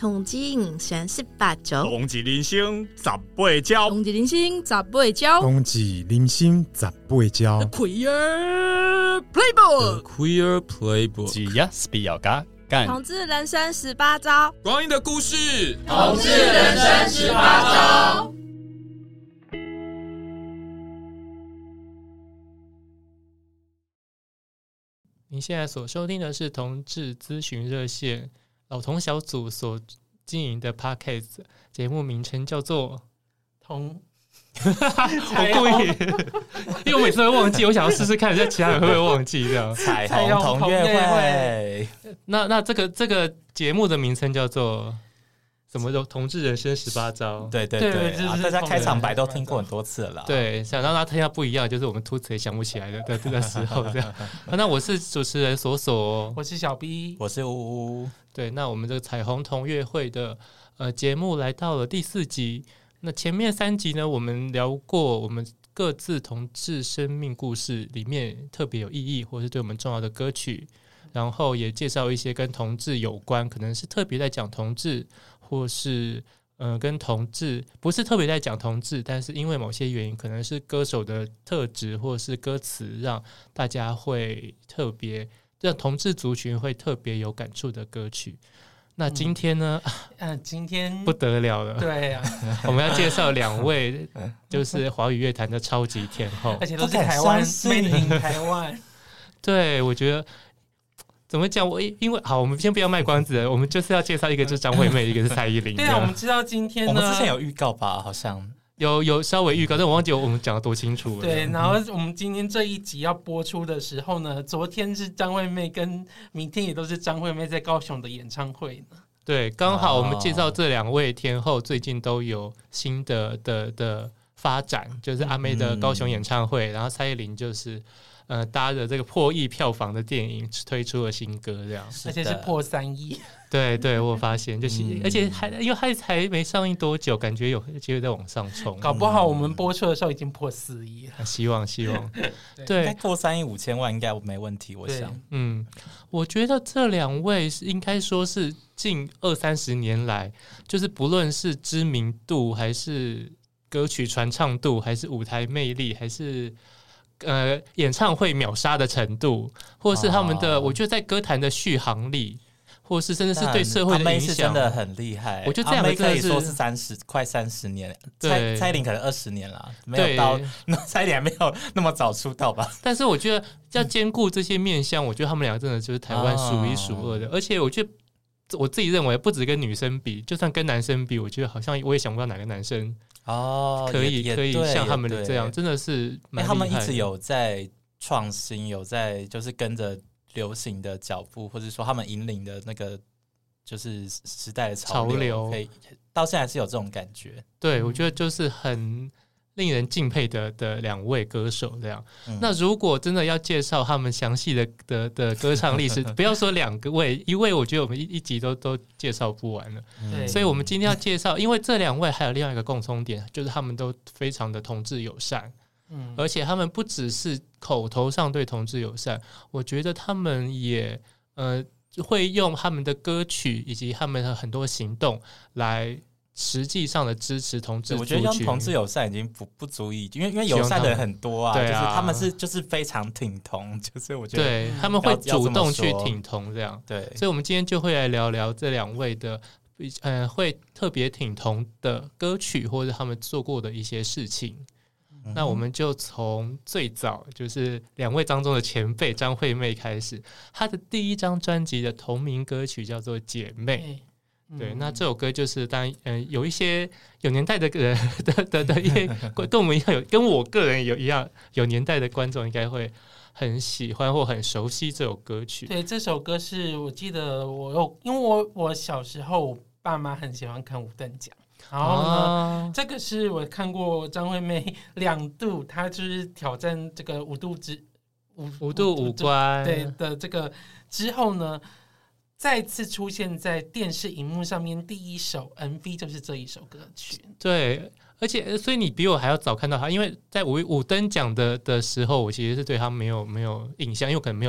同志人生18招， 同志人生18招， 同志人生18招， 同志人生18招 The Queer Playbook， Queer Playbook， 只要是比较嘎干。 同志人生18招， 光阴的故事， 同志人生18招。 您现在所收听的是同志咨询热线老同小组所经营的 Podcast 节目，名称叫做同。 我故意，因为我每次会忘记，我想要试试看一下其他人会不会忘记这样。 彩虹同乐会。 那这个节目的名称叫做什么？同志人生18招。 对对对，大家开场白都听过很多次了啦。 对，想让大家听到不一样，就是我们突词也想不起来的时候这样。那我是主持人索索， 我是小 B， 我是呜呜。 对，那我们这个彩虹同乐会的节目来到了第4集。那前面3集呢，我们聊过我们各自同志生命故事里面特别有意义或是对我们重要的歌曲，然后也介绍一些跟同志有关，可能是特别在讲同志，或是跟同志不是特别在讲同志，但是因为某些原因，可能是歌手的特质或是歌词，让大家会特别让同志族群会特别有感触的歌曲。那今天呢？ 今天不得了了。 对啊， 我们要介绍2位，就是华语乐坛的超级天后， 而且都是台湾 ，made in 台湾。 对，我觉得怎么讲？因为好，我们先不要卖关子了，我们就是要介绍一个就是张惠妹，一个是蔡依林。 对啊，我们知道今天呢， 我们之前有预告吧？好像有稍微预告，但我忘记我们讲的多清楚了。 对，然后我们今天这一集要播出的时候呢，昨天是张惠妹，跟明天也都是张惠妹在高雄的演唱会呢。 对，刚好我们介绍这2位天后最近都有新的发展，就是阿妹的高雄演唱会，然后蔡依林就是搭着这个破亿票房的电影推出了新歌，这样， 而且是破3亿。 对对，我发现就是，而且因为还没上映多久，感觉有机会再往上冲， 搞不好我们播出的时候已经破4亿了。 希望对， 应该过3亿5千万应该没问题，我想。 我觉得这2位应该说是近20-30年来，就是不论是知名度，还是歌曲传唱度，还是舞台魅力，还是演唱会秒杀的程度，或是他们的，我觉得在歌坛的续航力，或是甚至是对社会的影响， 阿妹是真的很厉害。 我觉得这2个可以说是快30年，蔡依林可能20年了，没有到，蔡依林还没有那么早出道吧。 但是我觉得要兼顾这些面向，我觉得他们2个真的就是台湾数1数2的，而且我觉得我自己认为，不止跟女生比，就算跟男生比，我觉得好像我也想不到哪个男生可以像他们的这样，真的是蛮厉害的。 他们一直有在创新，有在就是跟着流行的脚步，或者说他们引领的那个就是时代的潮流，可以到现在还是有这种感觉。 对，我觉得就是很令人敬佩的2位歌手这样。那如果真的要介绍他们详细的歌唱历史，不要说2位，1位我觉得我们一集都介绍不完了。所以我们今天要介绍，因为这2位还有另外一个共通点，就是他们都非常的同志友善。而且他们不只是口头上对同志友善，我觉得他们也会用他们的歌曲以及他们的很多行动来实际上的支持同志族群。 我觉得用同志友善已经不足以，因为友善的人很多啊，就是他们就是非常挺同，就是我觉得对他们会主动去挺同这样。 对， 所以我们今天就会来聊聊这2位的会特别挺同的歌曲，或者他们做过的一些事情。那我们就从最早就是2位当中的前辈张惠妹开始，她的第1张专辑的同名歌曲叫做《姐妹》。对，那这首歌就是当然有一些有年代的人的一些跟我们一样跟我个人一样有年代的观众应该会很喜欢或很熟悉这首歌曲。 对，这首歌是我记得因为我小时候我爸妈很喜欢看5等奖。然后呢，这个是我看过张惠妹2度，她就是挑战这个5度五关对的这个之后呢，再次出现在电视荧幕上面，第1首 MV 就是这一首歌曲。 对，而且所以你比我还要早看到她，因为在5等奖的时候，我其实是对她没有印象，因为我可能没有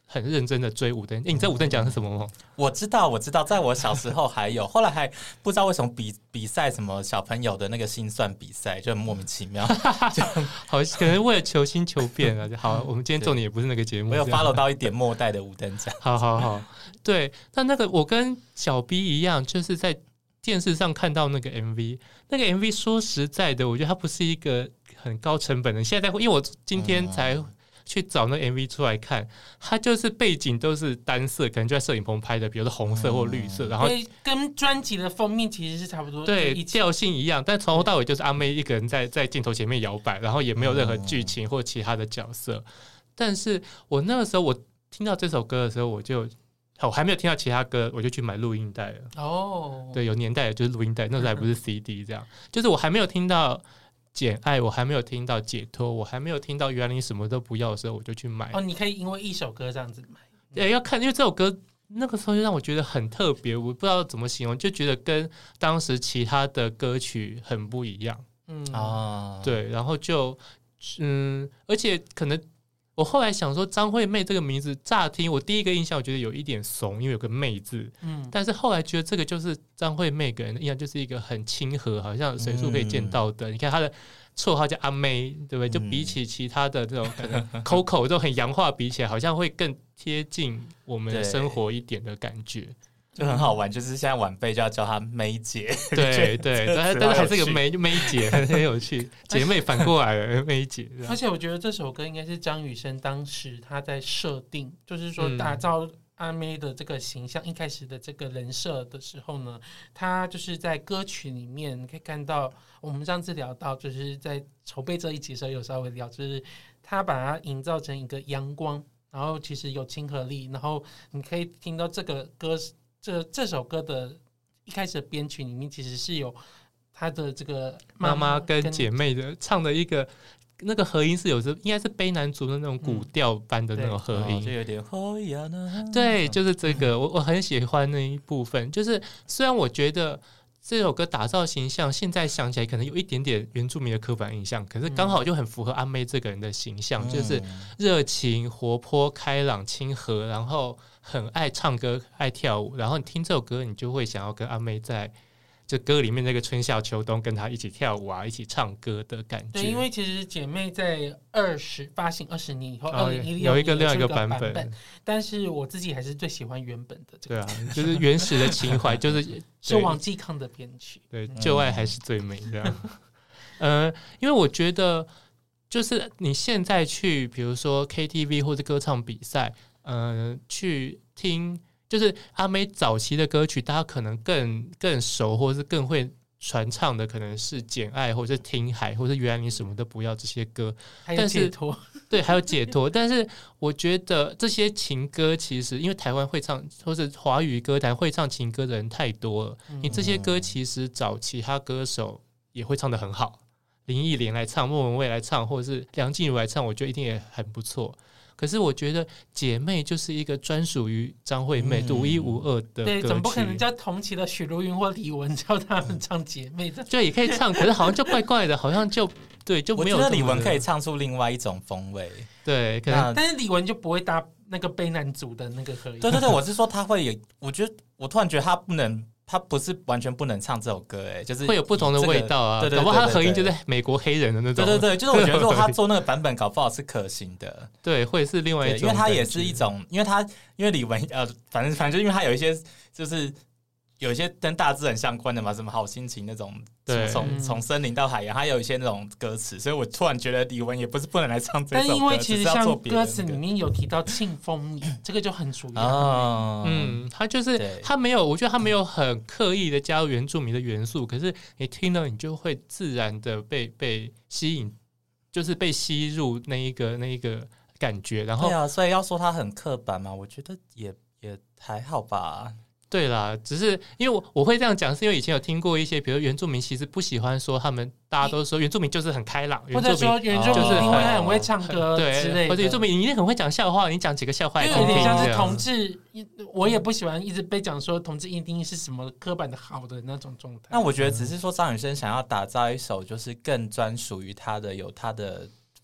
很认真的追五等。你知道五等奖是什么吗？ 我知道，在我小时候还有，后来还不知道为什么比赛什么小朋友的那个心算比赛，就很莫名其妙。 好，可能为了求新求变啊。好，我们今天重点也不是那个节目。 我有 follow 到一点末代的五等奖。 好，对。但那个我跟小 B 一样，就是在电视上看到那个 MV， 那个 MV 说实在的，我觉得它不是一个很高成本的。现在因为我今天才去找那 MV 出来看，它就是背景都是单色，可能就在摄影棚拍的，比如说红色或绿色，然后跟专辑的封面其实是差不多， 对，调性一样，但从头到尾就是阿妹一个人在镜头前面摇摆，然后也没有任何剧情或其他的角色。但是我那个时候我听到这首歌的时候，我还没有听到其他歌，我就去买录音带了。哦，对，有年代的就是录音带，那时候还不是 CD， 这样，就是我还没有听到简爱，我还没有听到解脱，我还没有听到原来你什么都不要的时候，我就去买。 哦，你可以因为一首歌这样子买。 对，要看，因为这首歌那个时候就让我觉得很特别，我不知道怎么形容，就觉得跟当时其他的歌曲很不一样。对，然后就而且可能我后来想说，张惠妹这个名字乍听，我第一个印象我觉得有一点怂，因为有个妹字。但是后来觉得这个就是张惠妹给人的印象，就是一个很亲和，好像随处可以见到的。你看她的绰号叫阿妹，对不对？就比起其他的这种可能 Coco 这种很洋化比起来，好像会更贴近我们生活一点的感觉。 就很好玩，就是现在晚辈就要叫她妹姐， 对，但是还是个妹姐，很有趣，姐妹反过来了，妹姐。 而且我觉得这首歌应该是张雨生当时他在设定，就是说打造阿妹的这个形象，一开始的这个人设的时候呢，他就是在歌曲里面可以看到，我们上次聊到，就是在筹备这一集的时候有稍微聊，就是他把它营造成一个阳光，然后其实有亲和力，然后你可以听到这个歌。这首歌的一开始的编曲里面，其实是有他的这个妈妈跟姐妹的唱的一个那个合音是有时应该是卑南族的那种古调般的那种合音， 就有点对，就是这个我很喜欢那一部分。就是虽然我觉得这首歌打造形象，现在想起来可能有一点点原住民的刻板印象，可是刚好就很符合阿妹这个人的形象，就是热情、活泼、开朗、亲和，然后很爱唱歌、爱跳舞，然后你听这首歌，你就会想要跟阿妹在就歌里面那个春夏秋冬跟她一起跳舞啊，一起唱歌的感觉。 对，因为其实姐妹在发行20年以后，2016 有另外一个版本， 但是我自己还是最喜欢原本的这个。 对啊，就是原始的情怀，就是王继康的编曲。 对，旧爱还是最美这样。因为我觉得，就是你现在去，比如说 KTV 或者歌唱比赛，去听，就是阿妹早期的歌曲，大家可能更熟，或者是更会传唱的，可能是《简爱》或者是《听海》或者是《原来你什么都不要》这些歌， 还有解脱， 对，还有解脱。但是我觉得这些情歌其实，因为台湾会唱或者华语歌坛会唱情歌的人太多了，你这些歌其实找其他歌手也会唱得很好，林忆莲来唱，莫文蔚来唱，或者是梁静茹来唱，我觉得一定也很不错。可是我觉得姐妹就是一个专属于张惠妹独一无二的歌曲， 对，怎么不可能叫同期的许茹芸或李玟叫他们唱姐妹的？ 就也可以唱，可是好像就怪怪的，好像就对就没有。 我觉得李玟可以唱出另外一种风味， 对，可能但是李玟就不会搭那个卑南族的那个合音。 对，我是说他会有，我觉得我突然觉得他不是完全不能唱这首歌，就是会有不同的味道啊。 对， 搞不好他的合音就是美国黑人的那种。 对，就是我觉得如果他做那个版本，搞不好是可行的。 对，会是另外一种， 因为他也是一种，因为李玟反正就因为他有一些就是有一些跟大自然相关的嘛，什么好心情那种，从森林到海洋，还有一些那种歌词，所以我突然觉得李玟也不是不能来唱这首歌， 但因为其实像歌词里面有提到庆丰年，这个就很属于他就是他没有，我觉得他没有很刻意的加入原住民的元素，可是你听了你就会自然的被吸引，就是被吸入那一个感觉，然后对啊，所以要说他很刻板嘛，我觉得也还好吧。 对啦，只是因为我会这样讲，是因为以前有听过一些，比如原住民其实不喜欢说他们，大家都说原住民就是很开朗， 或者说原住民因为他很会唱歌之类的， 或者原住民你一定很会讲笑话，你讲几个笑话， 就有点像是同志。我也不喜欢一直被讲说同志一定是什么刻板的好的那种状态。 那我觉得只是说张雨生想要打造一首就是更专属于他的有他的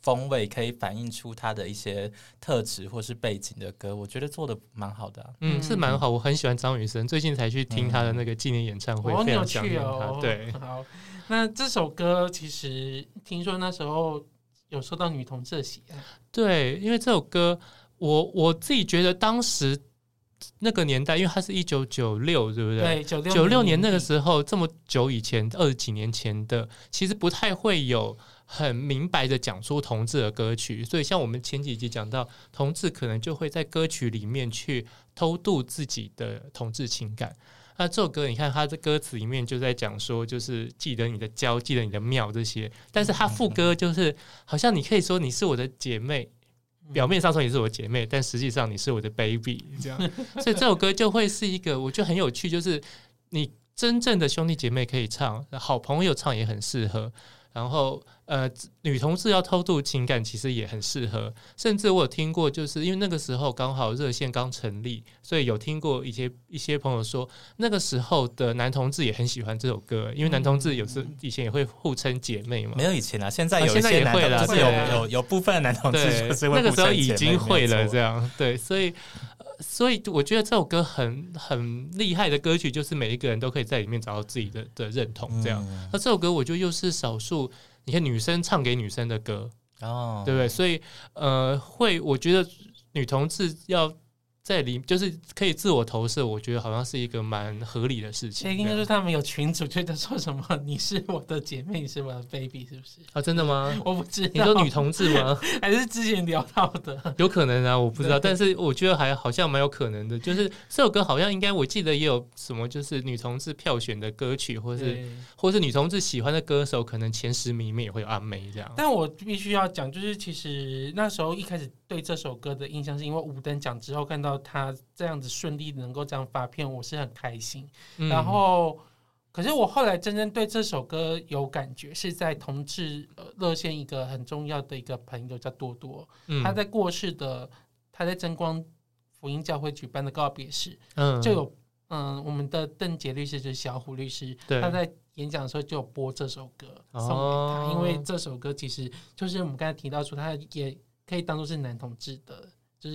风味可以反映出他的一些特质或是背景的歌，我觉得做的蛮好的、 是蛮好。我很喜欢张雨生，最近才去听他的那个纪念演唱会，非常想念他。对， 好，那这首歌其实听说那时候有受到女同志的喜爱。 对，因为这首歌，我自己觉得当时那个年代，因为它是1996，对不对？ 对 ，96年那个时候，这么久以前，20几年前的，其实不太会有很明白的讲出同志的歌曲，所以像我们前几集讲到，同志可能就会在歌曲里面去偷渡自己的同志情感。那这首歌，你看它的歌词里面就在讲说，就是记得你的娇，记得你的妙这些，但是它副歌就是好像你可以说你是我的姐妹，表面上说你是我的姐妹，但实际上你是我的 baby 这样，所以这首歌就会是一个我觉得很有趣，就是你真正的兄弟姐妹可以唱，好朋友唱也很适合。然后女同志要偷渡情感其实也很适合，甚至我有听过，就是因为那个时候刚好热线刚成立，所以有听过一些朋友说，那个时候的男同志也很喜欢这首歌，因为男同志有时以前也会互称姐妹嘛。 没有以前啊，现在有一些男同志，就是有部分的男同志就是会互称姐妹， 那个时候已经会了这样，对，所以我觉得这首歌很厉害的歌曲，就是每一个人都可以在里面找到自己的认同这样。那这首歌我觉得又是少数，你看女生唱给女生的歌，对不对？所以我觉得女同志要在里就是可以自我投射，我觉得好像是一个蛮合理的事情。 所以应该是他们有群组就在说什么你是我的姐妹，你是我的 baby， 是不是啊？真的吗？ 我不知道， 你说女同志吗？ 还是之前聊到的？有可能啊，我不知道，但是我觉得还好像蛮有可能的。就是这首歌好像应该我记得也有什么，就是女同志票选的歌曲，或是女同志喜欢的歌手，可能前10名里面也会有阿妹这样。 但我必须要讲，就是其实那时候一开始对这首歌的印象，是因为五等奖之后看到他这样子顺利能够这样发片，我是很开心。然后，可是我后来真正对这首歌有感觉，是在同志热线一个很重要的一个朋友叫多多，他在过世的，他在真光福音教会举办的告别式，就有我们的邓杰律师就是小虎律师，他在演讲的时候就有播这首歌送给他，因为这首歌其实就是我们刚才提到说，他也可以当作是男同志的。就是，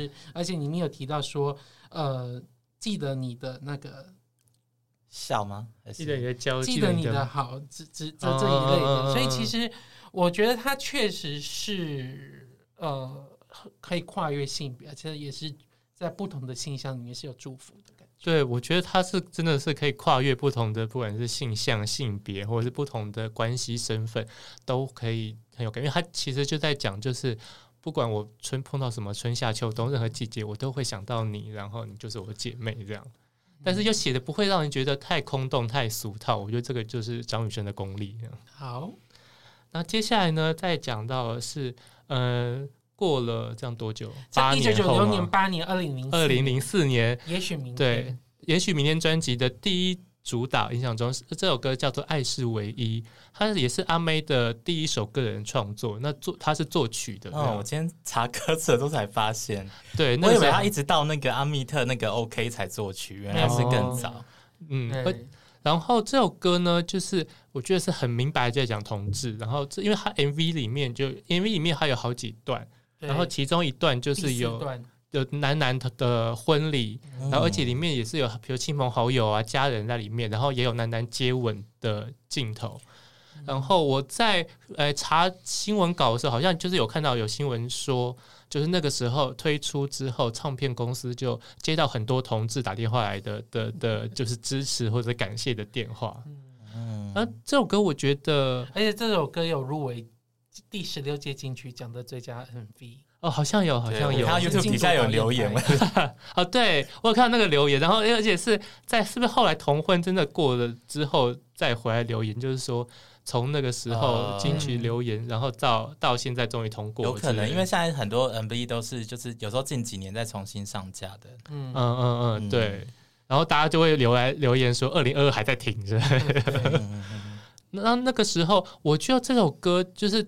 而且里面有提到说，记得你的那个笑吗？ 记得你的娇， 记得你的好，这一类的。所以其实我觉得他确实是可以跨越性别，而且也是在不同的性向里面是有祝福的感觉。 对，我觉得他是真的是可以跨越不同的，不管是性向、性别，或者是不同的关系身份，都可以很有感觉。因为他其实就在讲，就是不管我碰到什么春夏秋冬任何季节，我都会想到你，然后你就是我的姐妹这样。但是又写的不会让人觉得太空洞、太俗套，我觉得这个就是张雨生的功力。 好， 那接下来呢，再讲到的是过了这样多久？8年后 1996年、8年、 2004年， 也许明天， 对，也许明天专辑的第一主打，印象中这首歌叫做《爱是唯一》，它也是阿妹的第一首个人创作。那他是作曲的。 我今天查歌词的时候才发现， 对， 我以为他一直到那个阿密特那个 OK 才作曲，原来是更早。 然后这首歌呢，就是我觉得是很明白在讲同志。然后因为他 MV 里面还有好几段，然后其中一段就是有男的婚礼，然后而且里面也是有比如亲朋好友啊、家人在里面，然后也有男接吻的镜头。然后我在查新闻稿的时候，好像就是有看到有新闻说，就是那个时候推出之后，唱片公司就接到很多同志打电话来的就是支持或者感谢的电话。这首歌我觉得， 而且这首歌有入围第16届金曲奖的最佳 MV。 好像有， 他 YouTube 底下有留言对，我有看到那个留言，然后而且是不是后来同婚真的过了之后再回来留言，就是说从那个时候金曲留言，然后到现在终于通过， 有可能因为现在很多 MV 都是就是有时候近几年再重新上架的， 对，然后大家就会留言说2022还在停着。那个时候我觉得这首歌就是。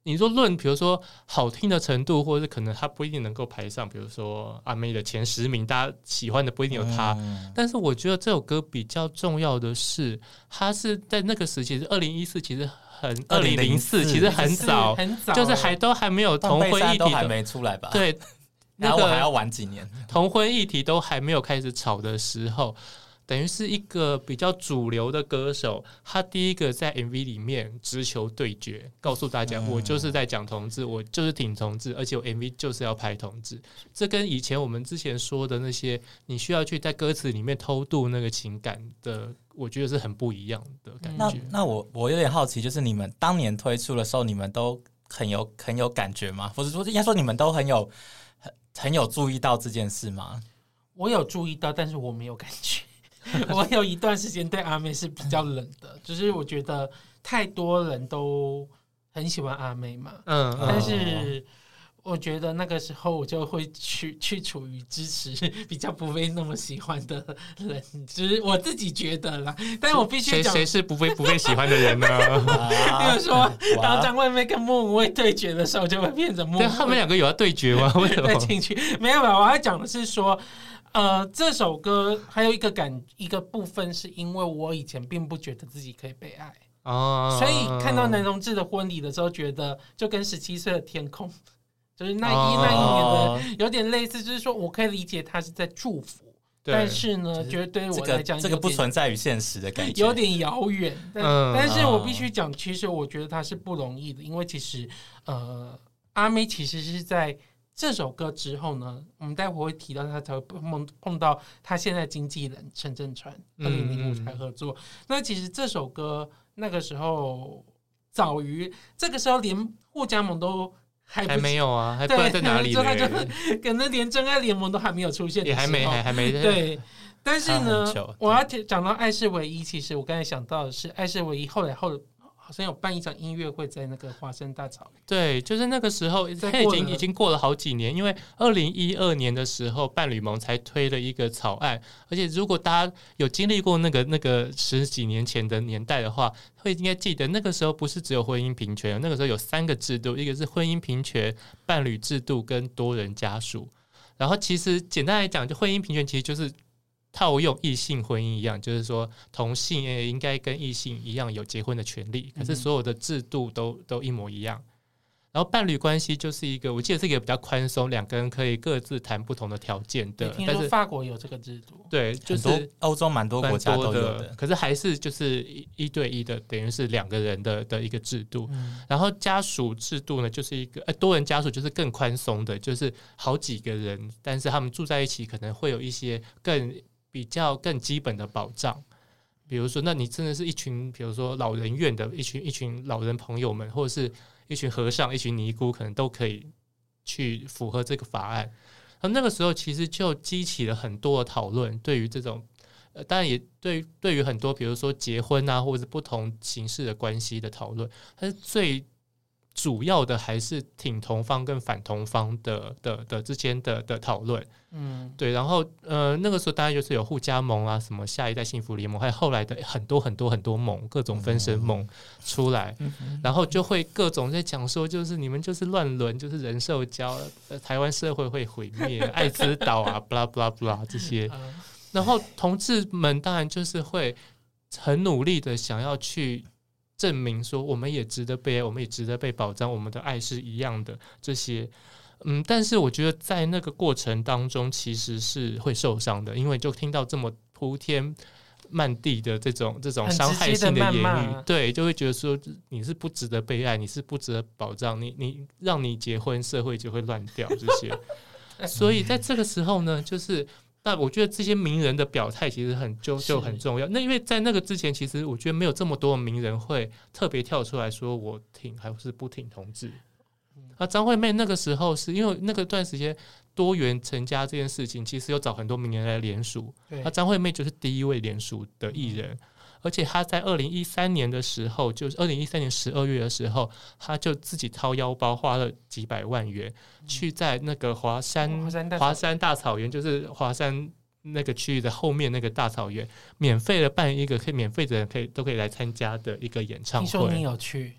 你说论比如说好听的程度，或者是可能他不一定能够排上，比如说阿妹的前10名，大家喜欢的不一定有他。但是我觉得这首歌比较重要的是，他是在那个时期，是2014，其实2004，其实很早，就是都还没有同婚议题， 都还没出来吧？ 对， 然后我还要晚几年， 同婚议题都还没有开始吵的时候。等于是一个比较主流的歌手，他第一个在 MV 里面直球对决，告诉大家我就是在讲同志，我就是挺同志，而且我 MV 就是要拍同志。这跟以前我们之前说的那些你需要去在歌词里面偷渡那个情感的，我觉得是很不一样的感觉。 那我有点好奇，就是你们当年推出的时候，你们都很有感觉吗？或者说应该说你们都很有注意到这件事吗？ 我有注意到，但是我没有感觉。我有一段时间对阿妹是比较冷的，就是我觉得太多人都很喜欢阿妹嘛，但是我觉得那个时候我就会去处于支持比较不被那么喜欢的人，就是我自己觉得啦。但我必须讲， 谁是不被喜欢的人呢？ 比如说，当张惠妹跟莫文蔚对决的时候，就会变成莫文蔚。 他们两个有要对决吗？为什么？ 在进去没有，我要讲的是说。这首歌还有一个部分，是因为我以前并不觉得自己可以被爱，所以看到男同志的婚礼的时候，觉得就跟17岁的天空，就是那一年的有点类似，就是说我可以理解他是在祝福，但是呢，觉得对于我来讲， 这个不存在于现实的感觉， 有点遥远。但是我必须讲，其实我觉得他是不容易的，因为其实阿妹其实是在。这首歌之后呢，我们待会会提到他才会碰到他现在经纪人陈振川，2005才合作。那其实这首歌那个时候早于这个时候连互加盟都还没有啊，还不知道在哪里嘞， 可能连真爱联盟都还没有出现的时候， 也还没对。但是呢，我要讲到爱是唯一，其实我刚才想到的是爱是唯一，后来好像有办一场音乐会在那个华山大草原。 对，就是那个时候，他已经过了好几年，因为2012年的时候，伴侣盟才推了一个草案，而且如果大家有经历过那个10几年前的年代的话，会应该记得那个时候不是只有婚姻平权，那个时候有3个制度，一个是婚姻平权、伴侣制度跟多人家属。然后其实简单来讲，就婚姻平权其实就是套用异性婚姻一样，就是说同性也应该跟异性一样有结婚的权利，可是所有的制度都一模一样。然后伴侣关系就是一个，我记得是一个比较宽松，两个人可以各自谈不同的条件的。 听说法国有这个制度， 对，就是欧洲蛮多国家都有的， 可是还是就是1对1的，等于是2个人的一个制度。然后家属制度呢，就是一个多人家属，就是更宽松的，就是好几个人，但是他们住在一起，可能会有一些比较更基本的保障。比如说，那你真的是一群，比如说老人院的一群老人朋友们，或者是一群和尚、一群尼姑，可能都可以去符合这个法案。那个时候其实就激起了很多的讨论，对于这种，当然也对于很多，比如说结婚啊，或者是不同形式的关系的讨论，但是最主要的还是挺同方跟反同方的之间的讨论。对，然后那个时候当然就是有互加盟啊，什么下一代幸福联盟，还有后来的很多盟，各种分身盟出来，然后就会各种在讲说，就是你们就是乱伦，就是人兽交，台湾社会会毁灭，艾滋岛啊，blah blah blah 这些。然后同志们当然就是会很努力的想要去证明说，我们也值得被爱，我们也值得被保障，我们的爱是一样的这些。但是我觉得在那个过程当中其实是会受伤的，因为就听到这么铺天漫地的这种伤害性的言语，对，就会觉得说你是不值得被爱，你是不值得保障，你让你结婚，社会就会乱掉这些。所以在这个时候呢，就是那我觉得这些名人的表态其实就很重要。那因为在那个之前，其实我觉得没有这么多的名人会特别跳出来说我挺还是不挺同志。张惠妹那个时候是因为那个段时间多元成家这件事情，其实有找很多名人来联署，张惠妹就是第一位联署的艺人。而且他在2013年的时候，就是2013年12月的时候，他就自己掏腰包花了几百万元，去在那个华山大草原，就是华山那个区域的后面那个大草原，免费的办一个可以免费的人都可以来参加的一个演唱会。 听说你有去？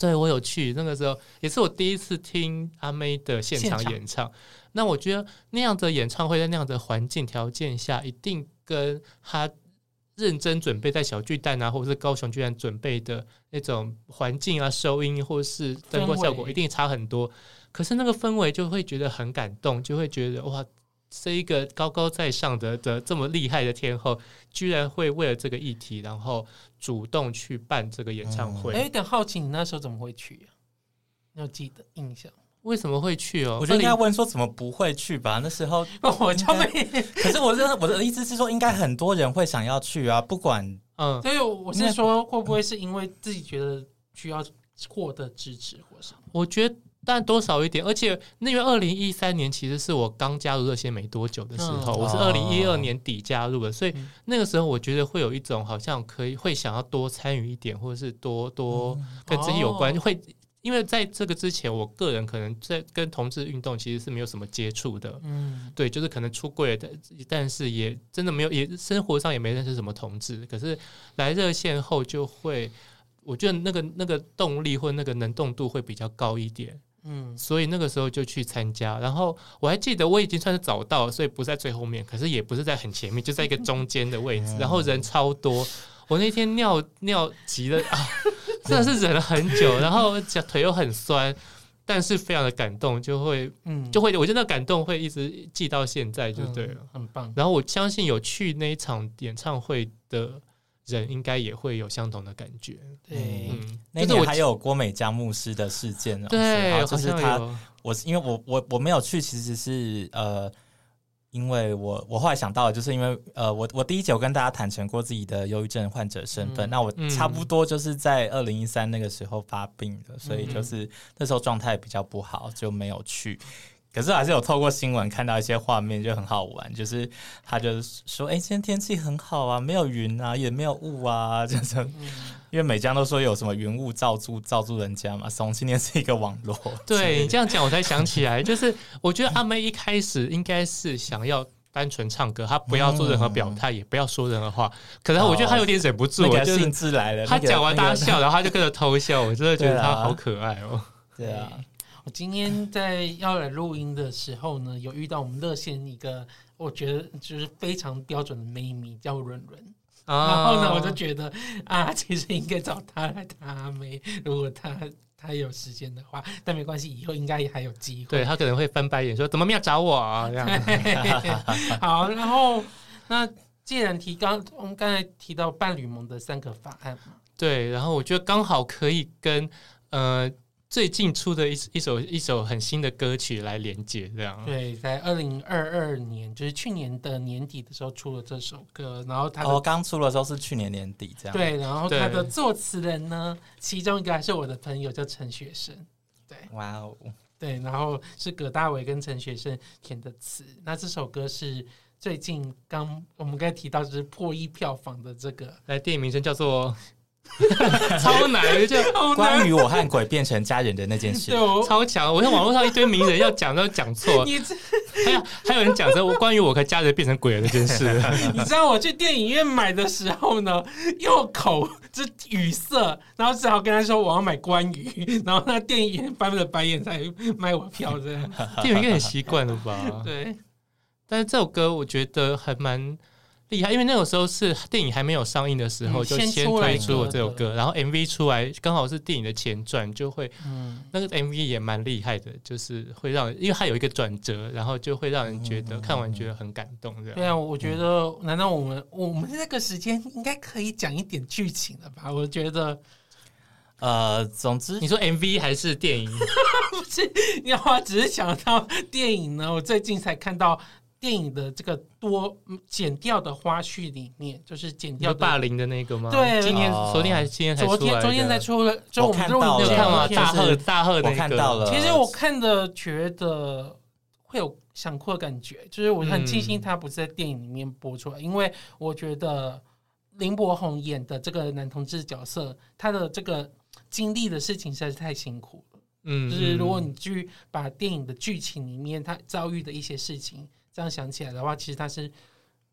对，我有去，那个时候也是我第一次听阿妹的现场演唱。那我觉得那样的演唱会在那样的环境条件下，一定跟他认真准备在小巨蛋啊，或者是高雄巨蛋准备的那种环境啊、收音或是灯光效果一定差很多。可是那个氛围就会觉得很感动，就会觉得哇，这一个高高在上的这么厉害的天后，居然会为了这个议题，然后主动去办这个演唱会。 有点好奇，你那时候怎么会去啊？你有记得印象？ 为什么会去哦？ 我觉得应该问说怎么不会去吧？那时候我就没。 可是我的意思是说，应该很多人会想要去啊，不管所以我是说，会不会是因为自己觉得需要获得支持或什么？ 我觉得。但多少一点，而且因为2013年其实是我刚加入热线没多久的时候，我是2012年底加入的，所以那个时候我觉得会有一种好像会想要多参与一点，或者是多跟这些有关，会因为在这个之前，我个人可能在跟同志运动其实是没有什么接触的，对，就是可能出柜的，但是也真的没有，也生活上也没认识什么同志，可是来热线后就会，我觉得那个动力或那个能动度会比较高一点。所以那个时候就去参加，然后我还记得我已经算是早到，所以不在最后面，可是也不是在很前面，就在一个中间的位置，然后人超多。我那天尿急了啊，真的是忍了很久，然后腿又很酸，但是非常的感动，就会，我觉得那感动会一直记到现在，就对了， 很棒。 然后我相信有去那一场演唱会的人应该也会有相同的感觉。 对， 那年还有郭美嘉牧师的事件， 对， 就是他，因为我没有去，其实是因为我后来想到的，就是因为我第一集有跟大家坦诚过自己的忧郁症患者身份，那我差不多就是在2013那个时候发病的，所以就是那时候状态比较不好，就没有去。可是还是有透过新闻看到一些画面，就很好玩。就是他就是说，今天天气很好啊，没有云啊，也没有雾啊，就是因为美江都说有什么云雾罩住人家嘛，从今天是一个网络。 对你这样讲，我才想起来，就是我觉得阿妹一开始应该是想要单纯唱歌，她不要做任何表态，也不要说任何话。可能我觉得她有点忍不住， 那个兴致来了。 她讲完大家笑，然后她就跟着偷笑，我真的觉得她好可爱哦。 对啊。 我今天在要来录音的时候呢，有遇到我们热线一个我觉得就是非常标准的妹迷叫润润，然后呢我就觉得其实应该找她来谈阿妹，如果她有时间的话，但没关系，以后应该还有机会。 对，她可能会翻白眼说怎么没有找我啊这样。 好，然后那既然我们刚才提到伴侣盟的3个法案嘛， 对，然后我觉得刚好可以跟最近出的一首很新的歌曲来连接，这样。 对，在2022年，就是去年的年底的时候出了这首歌，然后他刚出的时候是去年年底这样。 对，然后他的作词人呢，其中一个还是我的朋友叫陈雪生。对， 哇哦， 对，然后是葛大为跟陈雪生填的词。那这首歌是最近我们刚才提到就是破1票房的这个， 电影名称叫做。超难，就关于我和鬼变成家人的那件事， 超强。我看网络上一堆名人要讲都讲错，还有人讲着关于我和家人变成鬼的那件事。 你知道我去电影院买的时候呢，又口之语塞，然后只好跟他说我要买关羽，然后那电影院翻了白眼才卖我票这样。 电影应该很习惯了吧？ 对， 但是这首歌我觉得还蛮厉害，因为那个时候是电影还没有上映的时候，就先推出我这首歌，然后 MV 出来刚好是电影的前传，就会那个 MV 也蛮厉害的，就是会让人因为它有一个转折，然后就会让人觉得看完觉得很感动这样。 对啊，我觉得难道我们这个时间应该可以讲一点剧情了吧？我觉得总之你说 MV 还是电影？ 不是，你好，只是想到电影呢，我最近才看到电影的这个剪掉的花絮里面，就是剪掉的霸凌的那个吗？ 对， 昨天还是今天才出来的？ 昨天才出了，就我们看到了， 看吗？大贺那个， 我看到了。 其实我看的觉得会有想哭的感觉，就是我很庆幸他不是在电影里面播出来，因为我觉得林柏宏演的这个男同志角色，他的这个经历的事情实在是太辛苦了。就是如果你去把电影的剧情里面他遭遇的一些事情这样想起来的话，其实他是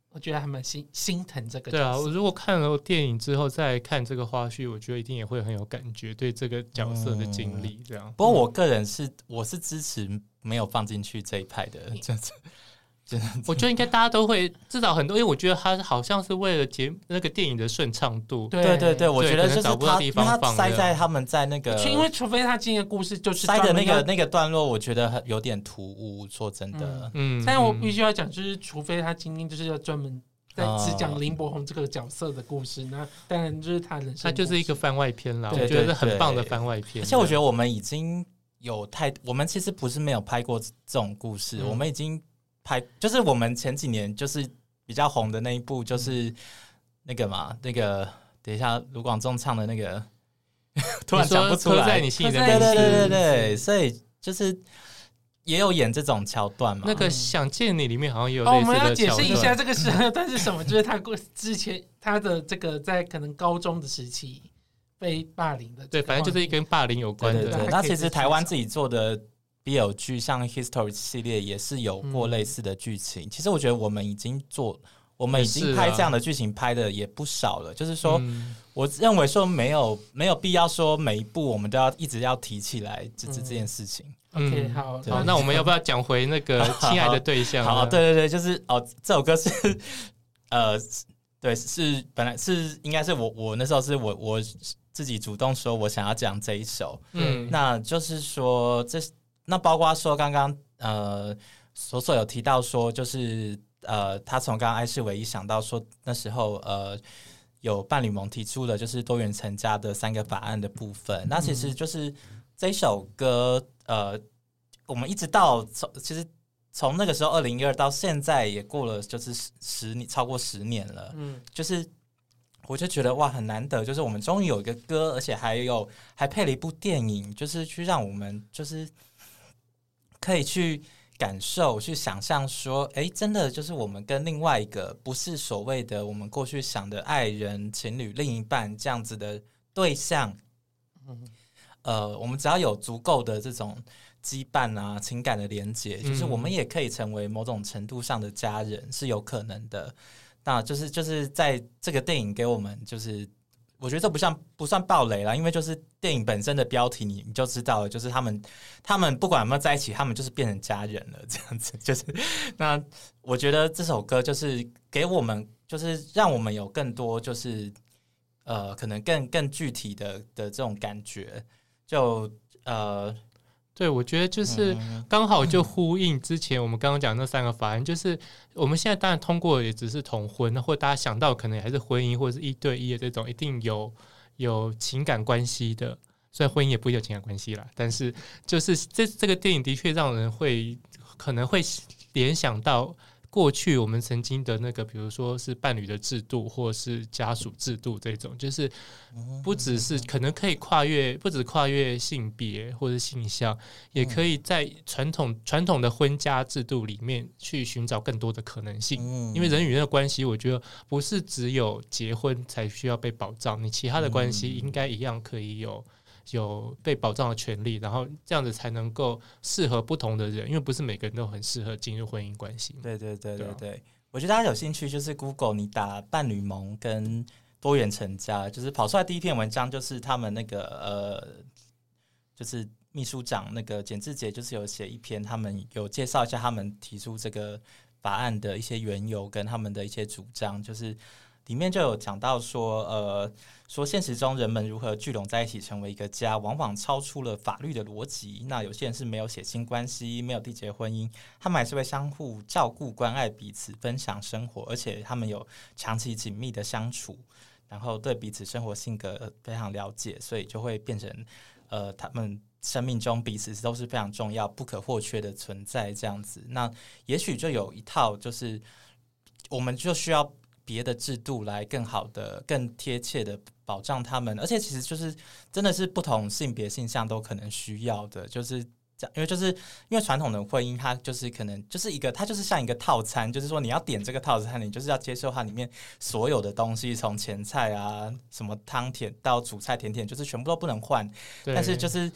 我觉得还蛮心疼这个角色。 对啊，我如果看了电影之后再看这个花絮，我觉得一定也会很有感觉，对这个角色的经历这样。 不过我个人我是支持没有放进去这一派的， 我觉得应该大家都会，至少很多，因为我觉得他好像是为了那个电影的顺畅度。 对，我觉得就是他塞在他们在那个， 因为除非他今天的故事就是塞的那个段落，我觉得有点突兀。说真的， 但我必须要讲，就是除非他今天就是要专门在只讲林柏宏这个角色的故事，那当然就是他人生， 他就是一个番外篇啦。 对， 我觉得是很棒的番外篇。 而且我觉得我们已经我们其实不是没有拍过这种故事，我们已经。就是我们前几年就是比较红的那一部，就是那个嘛，那个等一下卢广仲唱的那个，突然讲不出来， 在你心里的对，所以就是也有演这种桥段嘛。 那个想见你里面好像也有类似的桥段。 我们要解释一下这个桥段是什么，就是他之前他的这个在可能高中的时期被霸凌的， 对，反正就是跟霸凌有关的。 对，那其实台湾自己做的。BL 剧像 History 系列也是有过类似的剧情，其实我觉得我们已经拍这样的剧情拍的也不少了。就是说，我认为说没有必要说每一部我们都要一直要提起来这件事情。 OK， 好， 那我们要不要讲回那个亲爱的对象？ 好，对，就是这首歌是对，是本来是应该是我那时候是我自己主动说我想要讲这一首，那就是说那包括说刚刚所有提到说，就是他从刚刚艾世唯一想到说那时候有伴侣盟提出了就是多元成家的3个法案的部分，那其实就是这首歌我们一直到其实从那个时候2012到现在也过了就是超过10年了，就是我就觉得哇很难得，就是我们终于有一个歌，而且还配了一部电影，就是去让我们就是可以去感受去想象说真的就是我们跟另外一个不是所谓的我们过去想的爱人情侣另一半这样子的对象，我们只要有足够的这种羁绊啊情感的连结，就是我们也可以成为某种程度上的家人是有可能的。那就是在这个电影给我们就是我觉得这不算爆雷啦，因为就是电影本身的标题你就知道了，就是他们不管有没有在一起，他们就是变成家人了这样子。就是那我觉得这首歌就是给我们就是让我们有更多就是可能更具体的这种感觉，就对，我觉得就是刚好就呼应之前我们刚刚讲那3个法案，就是我们现在当然通过也只是同婚，或大家想到可能还是婚姻或者是1对1的这种一定有情感关系的，虽然婚姻也不一定有情感关系啦，但是就是这个电影的确让人可能会联想到过去我们曾经的那个，比如说是伴侣的制度或是家属制度这种，就是不只是可能可以不止跨越性别或者性向，也可以在传统的婚家制度里面去寻找更多的可能性。因为人与人的关系，我觉得不是只有结婚才需要被保障，你其他的关系应该一样可以有被保障的权利，然后这样子才能够适合不同的人，因为不是每个人都很适合进入婚姻关系。 对，我觉得大家有兴趣就是 Google 你打伴侣盟跟多元成家，就是跑出来第一篇文章就是他们那个就是秘书长那个简志杰就是有写一篇，他们有介绍一下他们提出这个法案的一些缘由跟他们的一些主张，就是里面就有讲到说现实中人们如何聚拢在一起成为一个家，往往超出了法律的逻辑。那有些人是没有血亲关系，没有缔结婚姻，他们还是会相互照顾关爱彼此，分享生活，而且他们有长期紧密的相处，然后对彼此生活性格非常了解，所以就会变成他们生命中彼此都是非常重要不可或缺的存在这样子。那也许就有一套就是我们就需要别的制度来更好的更贴切的保障他们，而且其实就是真的是不同性别性向都可能需要的，就是因为传统的婚姻它就是可能就是它就是像一个套餐，就是说你要点这个套餐，你就是要接受它里面所有的东西，从前菜啊什么汤甜到主菜甜甜，就是全部都不能换。但是就是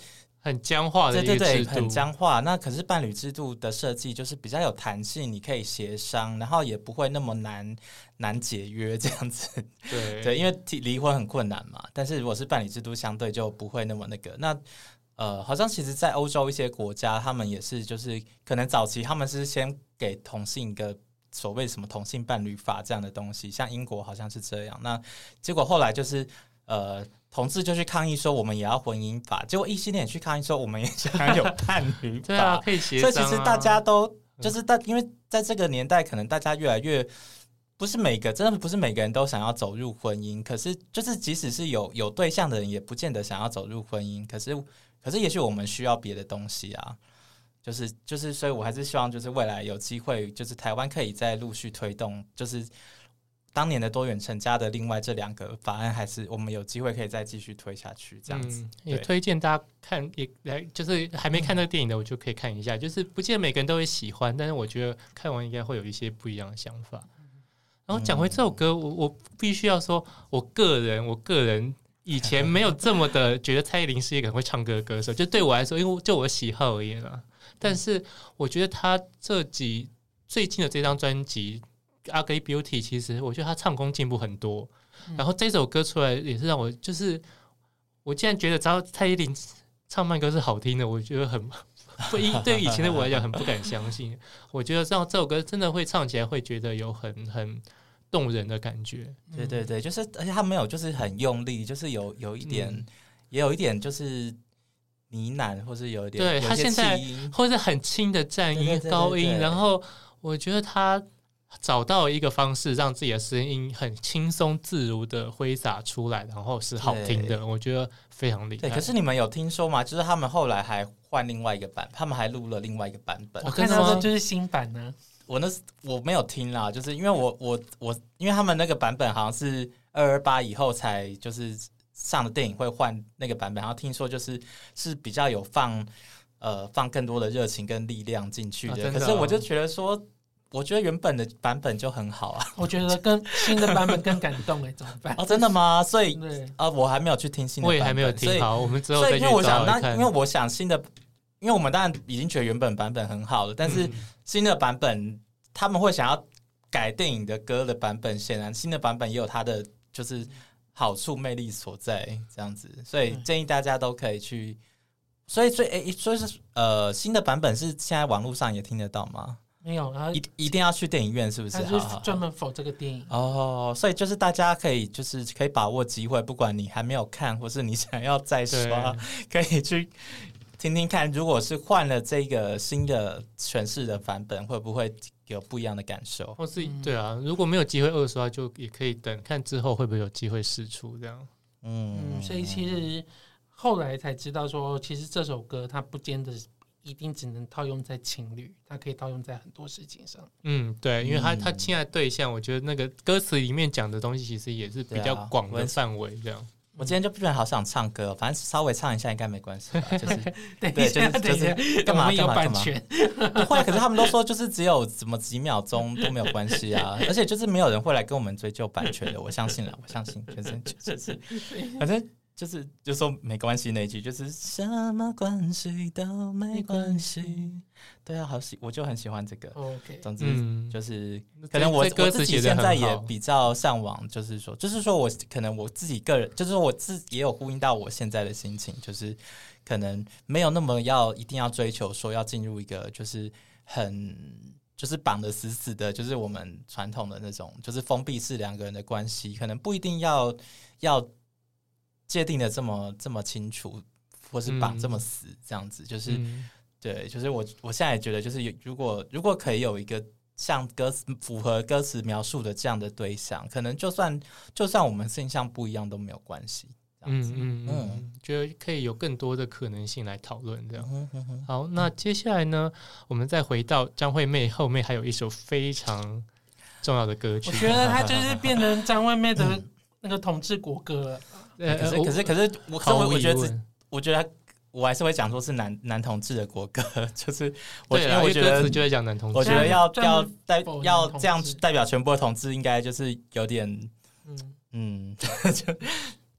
很僵化的一个制度， 对，很僵化。那可是伴侣制度的设计就是比较有弹性，你可以协商，然后也不会那么难解约这样子。对，因为离婚很困难嘛，但是如果是伴侣制度，相对就不会那么那个。那好像其实在欧洲一些国家，他们也是就是可能早期他们是先给同性一个所谓什么同性伴侣法这样的东西，像英国好像是这样。那结果后来就是同志就去抗议说我们也要婚姻法，结果异性恋也去抗议说我们也想要有伴侣法。 对啊，可以协商啊。 所以其实大家都就是因为在这个年代，可能大家越来越真的不是每个人都想要走入婚姻，可是就是即使是有对象的人，也不见得想要走入婚姻。可是也许我们需要别的东西啊。就是，所以我还是希望，就是未来有机会，就是台湾可以再陆续推动，就是当年的多元成家的另外这2个法案，还是我们有机会可以再继续推下去，这样子。 也推荐大家看，也来就是还没看这个电影的，我就可以看一下。就是不见得每个人都会喜欢，但是我觉得看完应该会有一些不一样的想法。然后讲回这首歌，我必须要说，我个人。以前没有这么的觉得蔡依林是一个很会唱歌的歌手，就对我来说，因为就我的喜好而言啦。但是我觉得他最近的这张专辑《Ugly Beauty》，其实我觉得他唱功进步很多。然后这首歌出来也是让我就是我竟然觉得只要蔡依林唱慢歌是好听的，我觉得很对于以前的我来讲很不敢相信。我觉得这首歌真的会唱起来会觉得有很动人的感觉。 对，就是而且他没有就是很用力，就是有一点也有一点就是呢喃，或是有一点对他现在或是很轻的颤音高音，然后我觉得他找到一个方式让自己的声音很轻松自如的挥洒出来，然后是好听的，我觉得非常厉害。 对，可是你们有听说吗？就是他们后来还换另外一个版，他们还录了另外一个版本。 我看到的就是新版呢。 我没有听啦，就是因为因为他们那个版本好像是228以后才就是上的电影会换那个版本，然后听说就是比较有放更多的热情跟力量进去的。可是我就觉得说，我觉得原本的版本就很好啊。 我觉得跟新的版本更感动怎么办？ 真的吗？所以我还没有去听新的版本， 我也还没有听好，我们之后再去找来看。 因为我想新的，因为我们当然已经觉得原本版本很好了，但是新的版本他们会想要改电影的歌的版本，显然新的版本也有它的就是好处魅力所在，这样子，所以建议大家都可以去。所以是新的版本是现在网络上也听得到吗？ 没有， 一定要去电影院是不是？ 它就是专门 for 这个电影所以就是大家可以把握机会，不管你还没有看，或是你想要再刷，可以去听听看，如果是换了这个新的诠释的版本，会不会有不一样的感受？ 或是对啊，如果没有机会二刷，就也可以等看之后会不会有机会释出这样。 所以其实后来才知道说，其实这首歌它不见得一定只能套用在情侣，它可以套用在很多事情上。 对，因为他亲爱的对象，我觉得那个歌词里面讲的东西其实也是比较广的范围这样。 我今天就不然好想唱歌，反正稍微唱一下应该没关系吧。就是对，就是干嘛有版权？ 不会，可是他们都说就是只有怎么几秒钟都没有关系啊，而且就是没有人会来跟我们追究版权的，我相信了，我相信，就是反正就说没关系那一句，就是什么关系都没关系。对啊，我就很喜欢这个。总之就是可能我自己现在也比较上网，就是说我可能我自己个人，就是说我自己也有呼应到我现在的心情，就是可能没有那么一定要追求说要进入一个就是就是绑得死死的，就是我们传统的那种就是封闭式2个人的关系，可能不一定要界定的这么清楚，或是绑这么死，这样子，就是对，就是我现在也觉得，就是如果可以有一个像符合歌词描述的这样的对象，可能就算我们性向不一样都没有关系。 觉得可以有更多的可能性来讨论这样。好，那接下来呢，我们再回到张惠妹后面还有一首非常重要的歌曲， 我觉得它就是变成张惠妹的那个统治国歌了。 可是我觉得我还是会讲说是男同志的国歌，就是因为我觉得歌词就会讲男同志， 我觉得要这样代表全部的同志，应该就是有点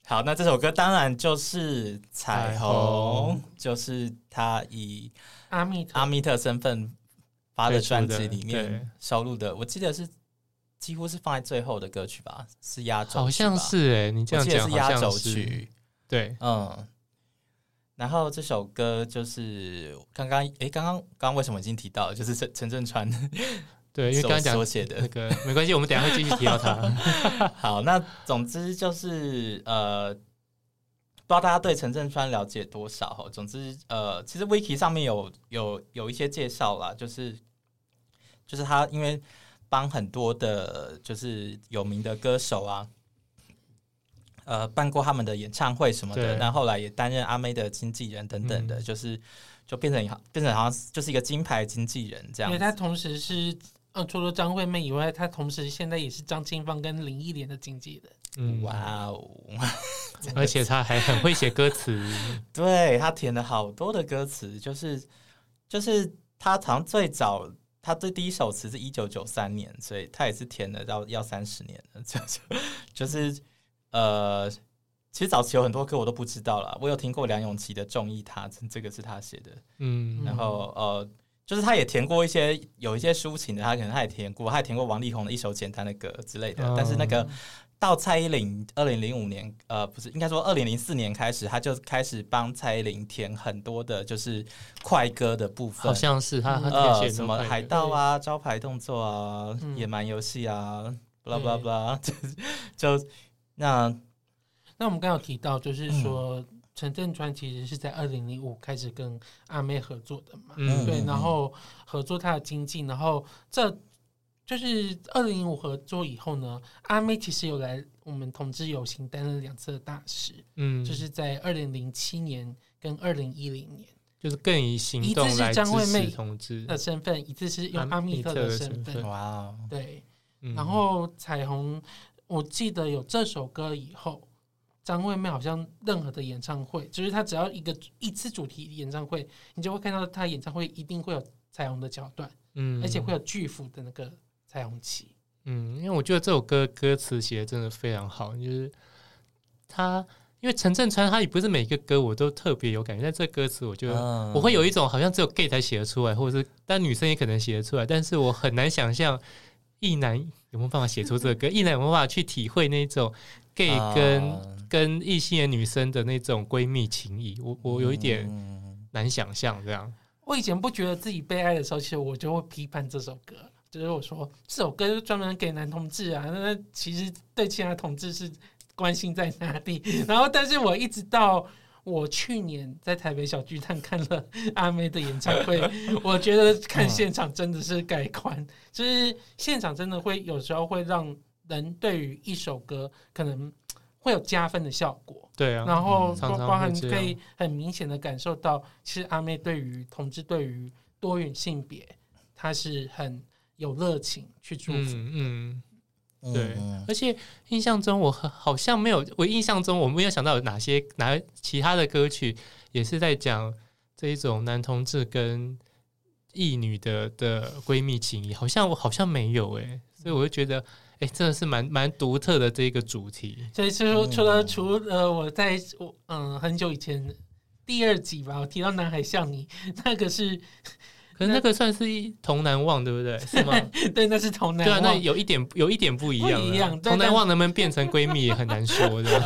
好，那这首歌当然就是《彩虹》，就是他以阿密特身份发的专辑里面收录的，我记得是几乎是放在最后的歌曲吧，是压轴曲吧， 好像是你这样讲是压轴曲， 对， 然后这首歌就是刚刚为什么已经提到了，就是陈振川对，因为刚刚讲所写的那个没关系，我们等一下会继续提到他。 好，那总之就是不知道大家对陈振川了解多少。总之其实 Wiki 上面有一些介绍啦，就是他因为帮很多的就是有名的歌手啊，办过他们的演唱会什么的，那后来也担任阿妹的经纪人等等的，就变成好像就是一个金牌经纪人这样子。 因为他同时是除了张惠妹以外，他同时现在也是张清芳跟林忆莲的经纪人。 哇哦！ 而且他还很会写歌词， 对，他填了好多的歌词，就是他好像最早他第一首词是1993年，所以他也是填了要30年了，就是其实早期有很多歌我都不知道啦，我有听过梁咏琪的《中意他》，这个是他写的，然后就是他也填过有一些抒情的，他也填过王力宏的一首简单的歌之类的，但是那个到蔡依林2005年不是应该说2004年开始，他就开始帮蔡依林填很多的就是快歌的部分， 好像是他填什么海盗啊、招牌动作啊、野蛮游戏啊 blah blah blah 就那我们刚刚有提到就是说陈振川其实是在2005开始跟阿妹合作的嘛，对，然后合作他的经纪，然后这就是2005合作以后呢，阿妹其实有来我们同志游行担任2次的大使，就是在2007年跟2010年， 就是更以行动来支持同志的身份，一次是用阿密特的身份， 哇， 对，然后彩虹，我记得有这首歌以后。张惠妹好像任何的演唱会，就是她只要一次主题演唱会，你就会看到她演唱会一定会有彩虹的桥段，而且会有巨幅的那个彩虹旗， 因为我觉得这首歌歌词写的真的非常好，就是他因为陈振川他也不是每个歌我都特别有感觉，但这歌词我觉得我会有一种好像只有 gay 才写得出来，或者是但女生也可能写得出来，但是我很难想象异男有没有办法写出这个歌，异男有没有办法去体会那种 gay 跟异性的女生的那种闺蜜情谊，我有一点难想象这样。 我以前不觉得自己被爱的时候，其实我就会批判这首歌，就是我说这首歌就专门给男同志啊，那其实对其他同志是关心在哪里？然后，但是我一直到我去年在台北小巨蛋看了阿妹的演唱会，我觉得看现场真的是改观，就是现场真的会有时候会让人对于一首歌可能会有加分的效果， 对啊， 然后常常包含可以很明显的感受到，其实阿妹对于同志、对于多元性别，她是很有热情去祝福。 对，而且印象中我好像没有，我印象中我没有想到有哪其他的歌曲也是在讲这一种男同志跟异女的闺蜜情谊，好像没有所以我就觉得。真的是蛮独特的这一个主题。 所以除了我在很久以前第2集吧，我提到《南海像你》，那个是， 可是那个算是同难忘，对不对？是吗？ 对，那是同难忘。 对啊，那有一点不一样。不一样，同难忘能不能变成闺蜜也很难说的。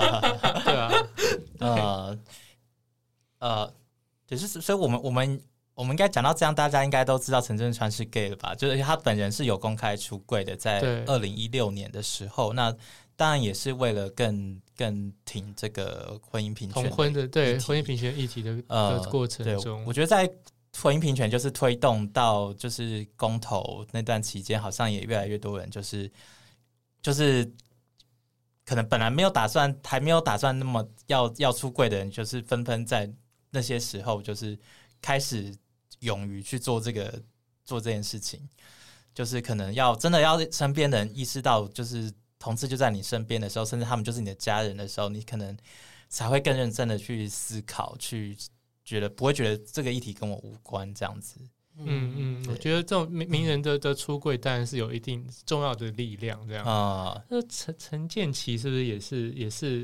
对啊，就是所以我们应该讲到这样，大家应该都知道陈振川是 gay 了吧？就是他本人是有公开出柜的，在2016年的时候，那当然也是为了更挺这个婚姻平权同婚的婚姻平权议题的过程中， 我觉得在婚姻平权就是推动到就是公投那段期间，好像也越来越多人就是可能本来还没有打算那么要出柜的人，就是纷纷在那些时候就是开始勇于去做这件事情，就是可能真的要身边的人意识到，就是同志就在你身边的时候，甚至他们就是你的家人的时候，你可能才会更认真的去思考，去不会觉得这个议题跟我无关这样子。 我觉得这种名人的出柜当然是有一定重要的力量，这样那陈建骐是不是也是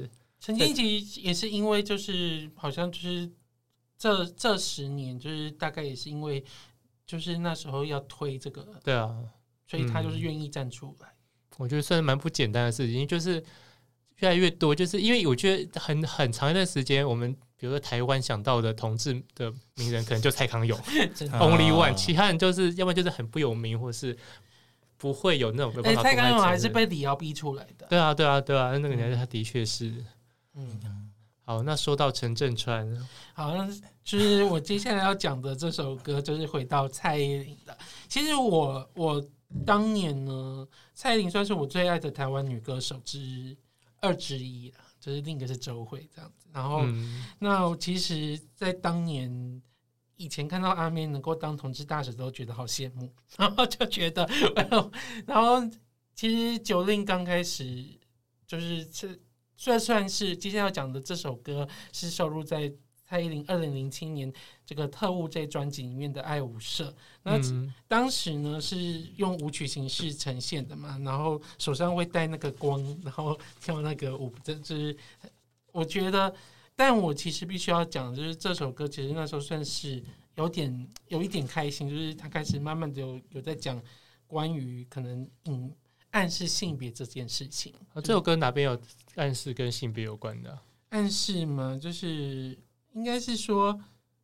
陈建奇也是因为就是好像就是这10年就是大概也是因为就是那时候要推这个， 对啊， 所以他就是愿意站出来。 我觉得算是蛮不简单的事情，就是越来越多，就是因为我觉得很长一段时间，我们比如说台湾想到的同志的名人，可能就蔡康永Only One， 其他人就是要不然就是很不有名，或是不会有那种没办法。 蔡康永还是被李敖逼出来的。 对啊，那个年代他的确是。好，那说到陈振川， 好，就是我接下来要讲的这首歌，就是回到蔡依林的。其实我当年呢，蔡依林算是我最爱的台湾女歌手之一了，就是另一个是周慧这样子。然后，那其实，在当年以前看到阿妹能够当同志大使，都觉得好羡慕，然后就觉得，然后其实9令刚开始就是算是接下来要讲的这首歌是收录在蔡依林2007年这个《特务》这专辑里面的《爱无赦》。那当时呢是用舞曲形式呈现的嘛，然后手上会带那个光，然后跳那个舞，就是我觉得，但我其实必须要讲，就是这首歌其实那时候算是有一点开心，就是他开始慢慢的有在讲关于可能暗示性别这件事情。 这首歌哪边有暗示跟性别有关的？ 暗示嘛，就是应该是说，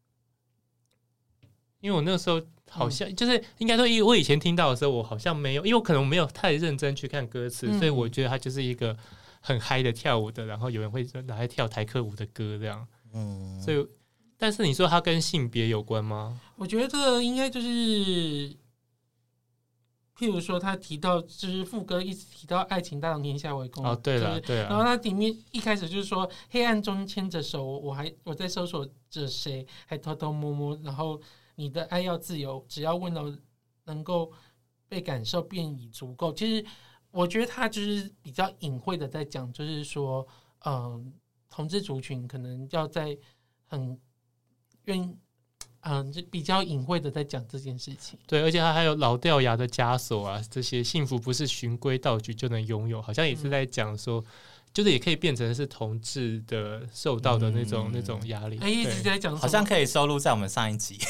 因为我那个时候好像就是应该说，我以前听到的时候，我好像没有，因为我可能没有太认真去看歌词，所以我觉得它就是一个很嗨的跳舞的，然后有人会拿来跳台客舞的歌这样。所以，但是你说它跟性别有关吗？ 我觉得应该就是。譬如说，他提到就是副歌一直提到爱情大唐天下为公哦，对了，对啊。 然后他里面一开始就是说，黑暗中牵着手，我在搜索着谁，还偷偷摸摸。然后你的爱要自由，只要温柔能够被感受，便已足够。其实我觉得他就是比较隐晦的在讲，就是说，同志族群可能要在很就比较隐晦的在讲这件事情。 对，而且他还有老掉牙的枷锁啊，这些幸福不是循规蹈矩就能拥有，好像也是在讲说，就是也可以变成是同志的受到的那种压力。 一直在讲， 好像可以收录在我们上一集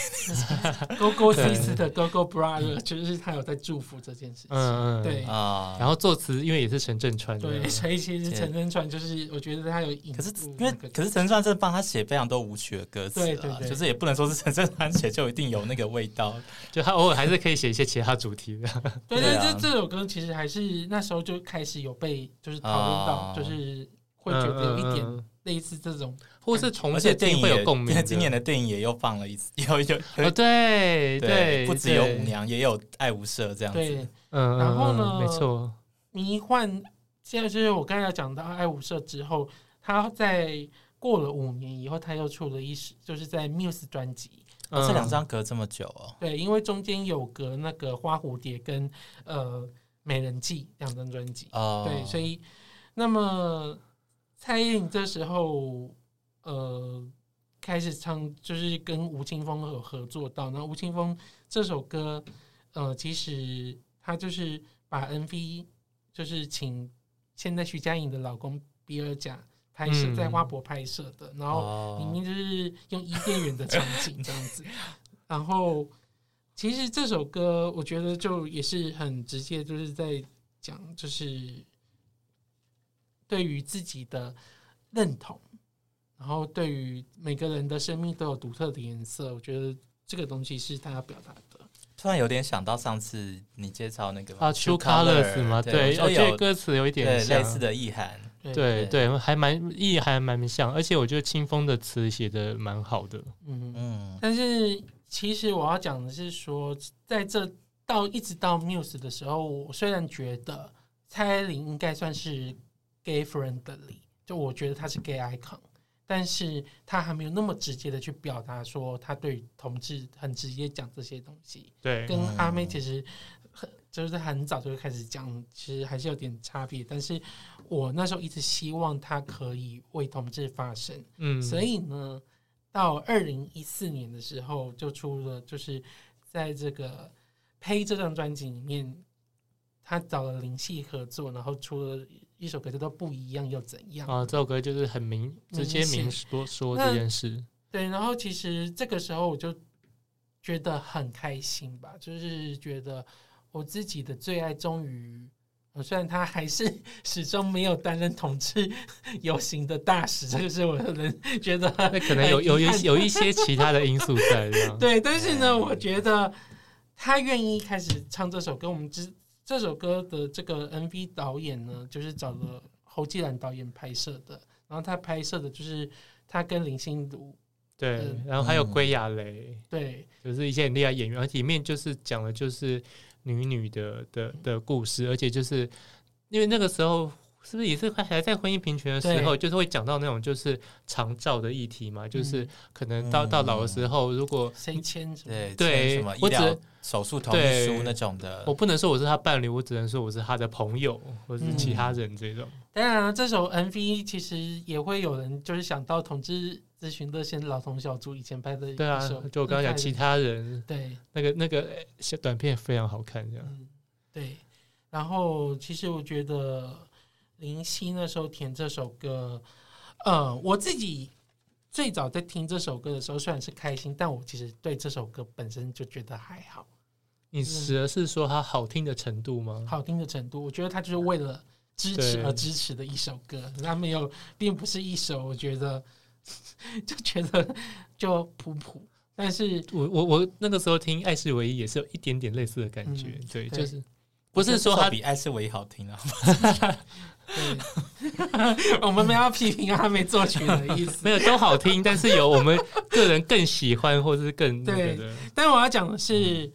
Gogo Sis 的 Gogo Brother， 就是他有在祝福这件事情。对啊。然后作词因为也是陈振川的， 对，所以其实陈振川就是我觉得他有可是陈振川真的帮他写非常多舞曲的歌词，对，就是也不能说是陈振川写就一定有那个味道， 就他偶尔还是可以写一些其他主题的。 对，这首歌其实还是那时候就开始有被就是讨论到，就是会觉得有一点类似这种， 或是同志电影会有共鸣。 今年的电影也又放了一次， 对， 不只有舞娘，也有爱无赦这样子。 对，然后呢， 没错， 迷幻现在就是我刚才要讲到爱无赦之后，他在过了5年以后，他又出了就是在 Muse 专辑。 这2张隔这么久哦？ 对，因为中间有隔那个花蝴蝶跟美人计2张专辑。对，所以那么蔡依林这时候开始唱，就是跟吴青峰有合作到，然后吴青峰这首歌其实他就是把 MV 就是请现在徐佳莹的老公比尔贾拍摄，在花博拍摄的，然后里面就是用伊甸园的场景这样子。然后其实这首歌我觉得就也是很直接，就是在讲就是对于自己的认同，然后对于每个人的生命都有独特的颜色，我觉得这个东西是他要表达的。 突然有点想到上次你介绍那个 True Colors 嘛，对，我觉得歌词有一点类似的意涵， 对，还蛮像，而且我觉得清风的词写的蛮好的。 但是其实我要讲的是说，在这一直到 Muse 的时候，我虽然觉得蔡依林应该算是 gay friendly， 就我觉得她是 gay icon， 但是她还没有那么直接的去表达说她对同志很直接讲这些东西。 对， 跟阿妹其实就是很早就开始讲，其实还是有点差别。但是我那时候一直希望她可以为同志发声，所以呢，到2014年的时候就出了，就是在这个《呸》这张专辑里面，他找了林夕合作，然后出了一首歌叫做《不一样又怎样》 啊，这首歌就是很直接明说这件事。 对，然后其实这个时候我就觉得很开心吧，就是觉得我自己的最爱终于，虽然他还是始终没有担任同志游行的大使，这个是我的人觉得那可能有一些其他的因素在这样。 对，但是呢，我觉得他愿意开始唱这首歌，我们这首歌的这个 MV 导演呢，就是找了侯季兰导演拍摄的，然后他拍摄的就是他跟林心如。 对，然后还有归亚蕾， 对， 就是一些很厉害演员，而里面就是讲的就是女的故事，而且就是因为那个时候是不是也是还在婚姻平权的时候，就是会讲到那种就是长照的议题嘛，就是可能到老的时候，如果谁签什么对什么医疗手术同意书那种的， 我不能说我是他伴侣，我只能说我是他的朋友或是其他人这种。 当然，这首 MV 其实也会有人就是想到同志咨询热线老同小组以前拍的一首， 对啊，就我刚刚讲其他人， 对， 那个小短片非常好看，这样。 对。然后其实我觉得林夕那时候填这首歌，我自己最早在听这首歌的时候，虽然是开心，但我其实对这首歌本身就觉得还好。 你指的是说它好听的程度吗？ 好听的程度，我觉得它就是为了支持而支持的一首歌，它没有，并不是一首我觉得就普普。但是我那个时候听《爱是唯一》也是有一点点类似的感觉，对，就是不是说它比《爱是唯一》好听啊。 对，我们没有批评他没作曲的意思， 没有都好听，但是有我们个人更喜欢或是更那个的。 但我要讲的是，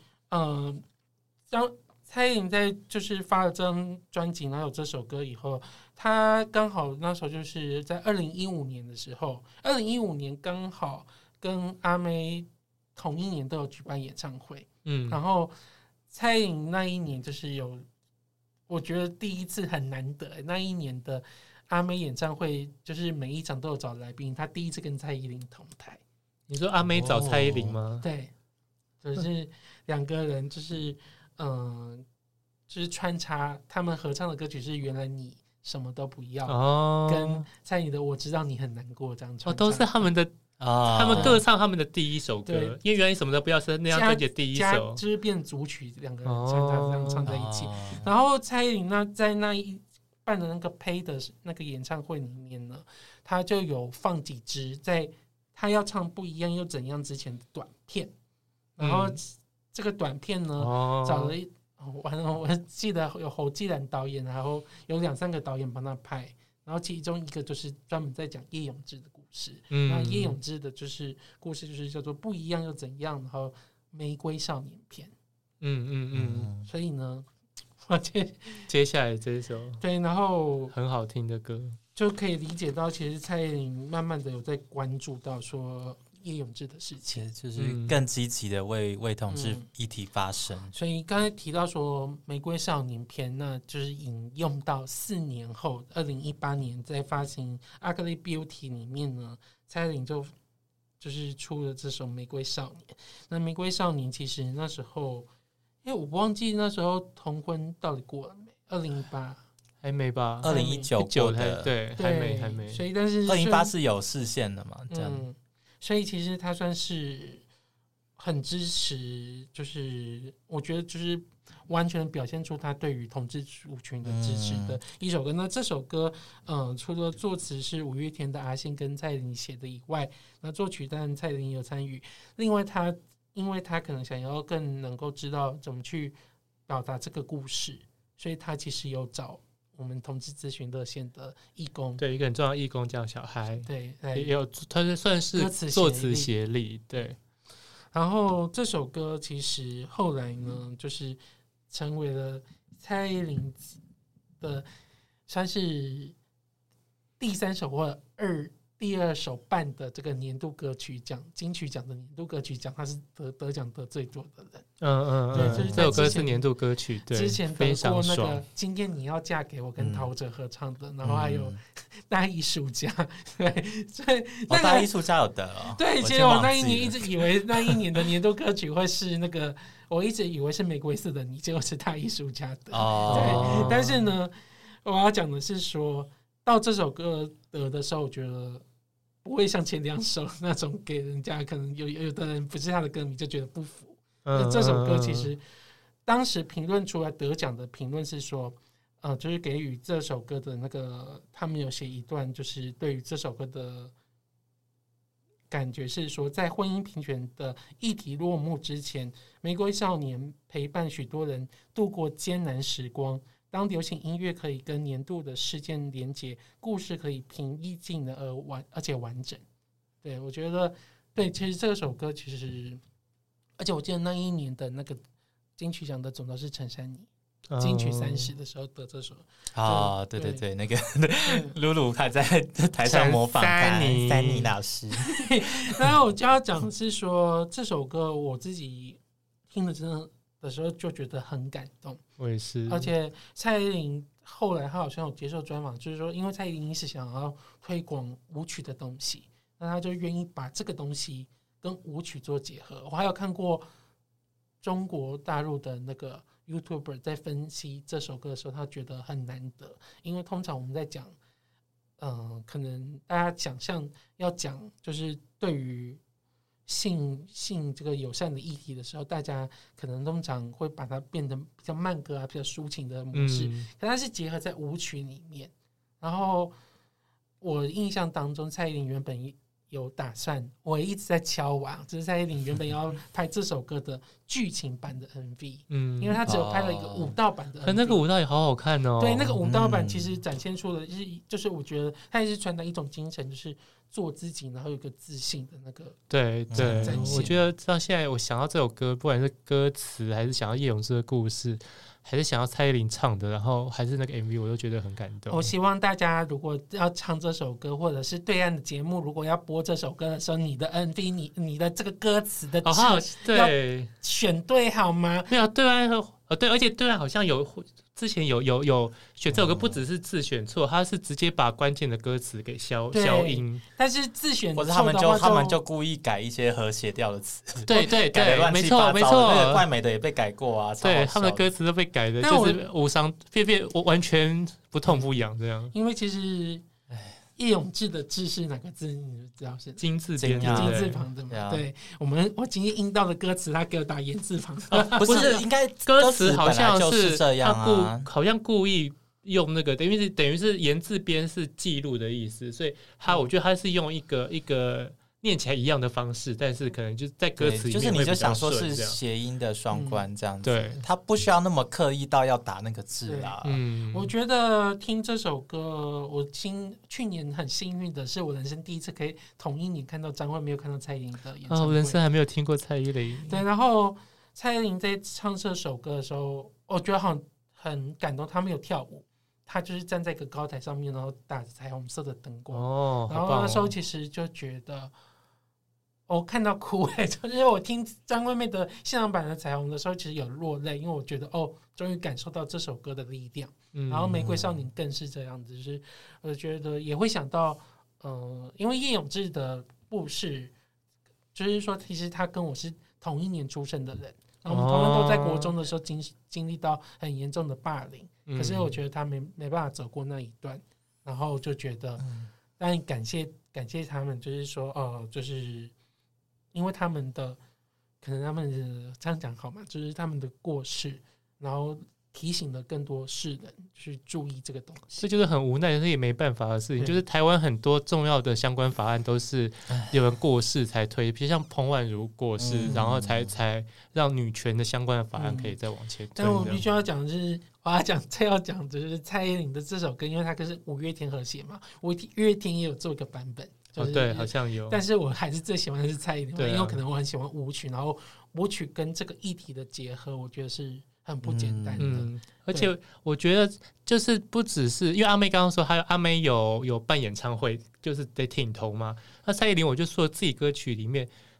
蔡依林在就是发了这张专辑，然后有这首歌以后，她刚好那时候就是在2015年的时候，2015年刚好跟阿妹同一年都有举办演唱会，然后蔡依林那一年就是有，我觉得第一次很难得，那一年的阿妹演唱会就是每一场都有找来宾，她第一次跟蔡依林同台。 你说阿妹找蔡依林吗？ 对，就是两个人就是就是穿插他们合唱的歌曲是原来你什么都不要，跟蔡依林的我知道你很难过这样穿插， 都是他们的。他们各唱他们的第一首歌，因为原来什么都不要是那张专辑的第一首， 就是变组曲，两个人这样唱在一起。然后蔡依林在那一办的那个配的那个演唱会里面呢，他就有放几支在他要唱不一样又怎样之前的短片，然后这个短片呢找了我记得有侯季兰导演，然后有2-3个导演帮他拍，然后其中一个就是专门在讲叶永志的故事。那叶永志的就是故事就是叫做不一样又怎样，然后玫瑰少年篇。所以呢，我接下来这一首对，然后很好听的歌， 就可以理解到，其实蔡依林慢慢的有在关注到说叶永志的事情， 就是更积极的为同志议题发声。 所以刚才提到说玫瑰少年篇，那就是引用到4年后2018年在发行 Ugly Beauty 里面呢，蔡依林就是出了这首玫瑰少年。那玫瑰少年其实那时候因为我不忘记那时候同婚到底过了没，2018 还没吧 ，2019过的， 对，还没。 所以但是 2018是有视线的嘛，这样。 所以其实他算是很支持，就是我觉得就是完全表现出他对于同志族群的支持的一首歌。那这首歌，除了作词是五月天的阿信跟蔡依林写的以外，那作曲当然蔡依林有参与。另外因为他可能想要更能够知道怎么去表达这个故事，所以他其实有找我们同志咨询热线的义工， 对，一个很重要的义工叫小孩， 对， 也有他是算是作词协力，对。 然后这首歌其实后来呢，就是成为了蔡依林的算是第3首或第2首办的这个年度歌曲奖金曲奖的年度歌曲奖，他是得奖得最多的人。对，就是这首歌是年度歌曲，对， 之前得过那个今天你要嫁给我跟陶喆合唱的，然后还有大艺术家，对，所以那个大艺术家有得哦。 对，其实我那一年一直以为那一年的年度歌曲会是那个，我一直以为是玫瑰色的你，结果是大艺术家的。对，但是呢， 我要讲的是说到这首歌的时候，我觉得不会像前2首那种给人家可能有的人不是他的歌迷就觉得不服。这首歌其实当时评论出来得奖的评论是说，就是给予这首歌的那个，他们有写一段，就是对于这首歌的感觉是说，在婚姻平权的议题落幕之前，玫瑰少年陪伴许多人度过艰难时光。当流行音乐可以跟年度的事件连结，故事可以平易近人而且完整。对，我觉得对，其实这首歌其实，而且我记得那一年的那个金曲奖的总导是陈珊妮。金曲30的时候得这首对，那个露露还在台上模仿珊妮老师。 然后我就要讲是说，这首歌我自己听了真的时候就觉得很感动。 我也是， 而且蔡依林后来她好像有接受专访，就是说，因为蔡依林一直想要推广舞曲的东西，那她就愿意把这个东西跟舞曲做结合。我还有看过中国大陆的那个YouTuber 在分析这首歌的时候，他觉得很难得，因为通常我们在讲，可能大家想象要讲就是对于性这个友善的议题的时候，大家可能通常会把它变成比较慢歌啊、比较抒情的模式，可它是结合在舞曲里面。然后我印象当中，蔡依林原本有打算，我一直在敲碗，就是蔡依林原本要拍这首歌的剧情版的 MV， 因为他只有拍了一个舞蹈版的 MV， 可那个舞蹈也好好看哦。 对，那个舞蹈版其实展现出了就是我觉得他也是传达一种精神，就是做自己，然后有一个自信的那个。 对，我觉得到现在我想到这首歌，不管是歌词还是想要叶永志的故事，还是想要蔡依林唱的，然后还是那个 MV， 我都觉得很感动。 我希望大家如果要唱这首歌，或者是对岸的节目如果要播这首歌的时候，你的 MV 你的这个歌词的字要选对好吗？ 没有对岸对，而且对岸好像之前有选这首歌，不只是字选错，他是直接把关键的歌词给消音。 但是字选错的话，或者他们就故意改一些和谐调的词， 对， 改的乱七八糟。 没错， 那个怪美的也被改过啊， 对，他们的歌词都被改的，就是无伤变完全不痛不痒这样。 因为其实叶永志的志是哪个字，你就知道是金字边金字旁的嘛？对，我今天应到的歌词，他给我打言字旁， 不是应该歌词好像是这样啊， 好像故意用那个，等于是言字边是记录的意思，所以我觉得他是用一个念起来一样的方式，但是可能就在歌词里面就是你就想说是谐音的双关这样子， 对， 他不需要那么刻意到要打那个字啦。 我觉得听这首歌，我去年很幸运的是，我人生第一次可以同一年看到张惠妹，没有看到蔡依林的演唱会。 我人生还没有听过蔡依林。 对，然后蔡依林在唱这首歌的时候，我觉得很感动，她没有跳舞。他就是站在一个高台上面，然后打着彩虹色的灯光，然后那时候其实就觉得，我看到哭就是我听张惠妹的现场版的彩虹的时候，其实有落泪，因为我觉得终于感受到这首歌的力量。然后玫瑰少年更是这样子，就是我觉得也会想到，因为叶永志的故事，就是说其实他跟我是同一年出生的人。然后我们同样都在国中的时候经历到很严重的霸凌，可是我觉得他没办法走过那一段，然后就觉得，当然感谢他们，就是说就是因为他们的可能他们的这样讲好嘛，就是他们的过世，然后提醒了更多世人去注意这个东西。 这就是很无奈，但是也没办法的事情。就是台湾很多重要的相关法案都是有人过世才推，比如像彭婉如过世，然后才让女权的相关的法案可以再往前推。 但我必须要讲的是，我要讲就是蔡依林的这首歌，因为它可是五月天合写嘛，五月天也有做一个版本。 对，好像有。 但是我还是最喜欢的是蔡依林，因为可能我很喜欢舞曲，然后舞曲跟这个议题的结合，我觉得是很不简单的。 而且我觉得就是不只是因为阿妹刚刚说，还有阿妹有办演唱会，就是得挺头嘛。那蔡依林我就说自己歌曲里面，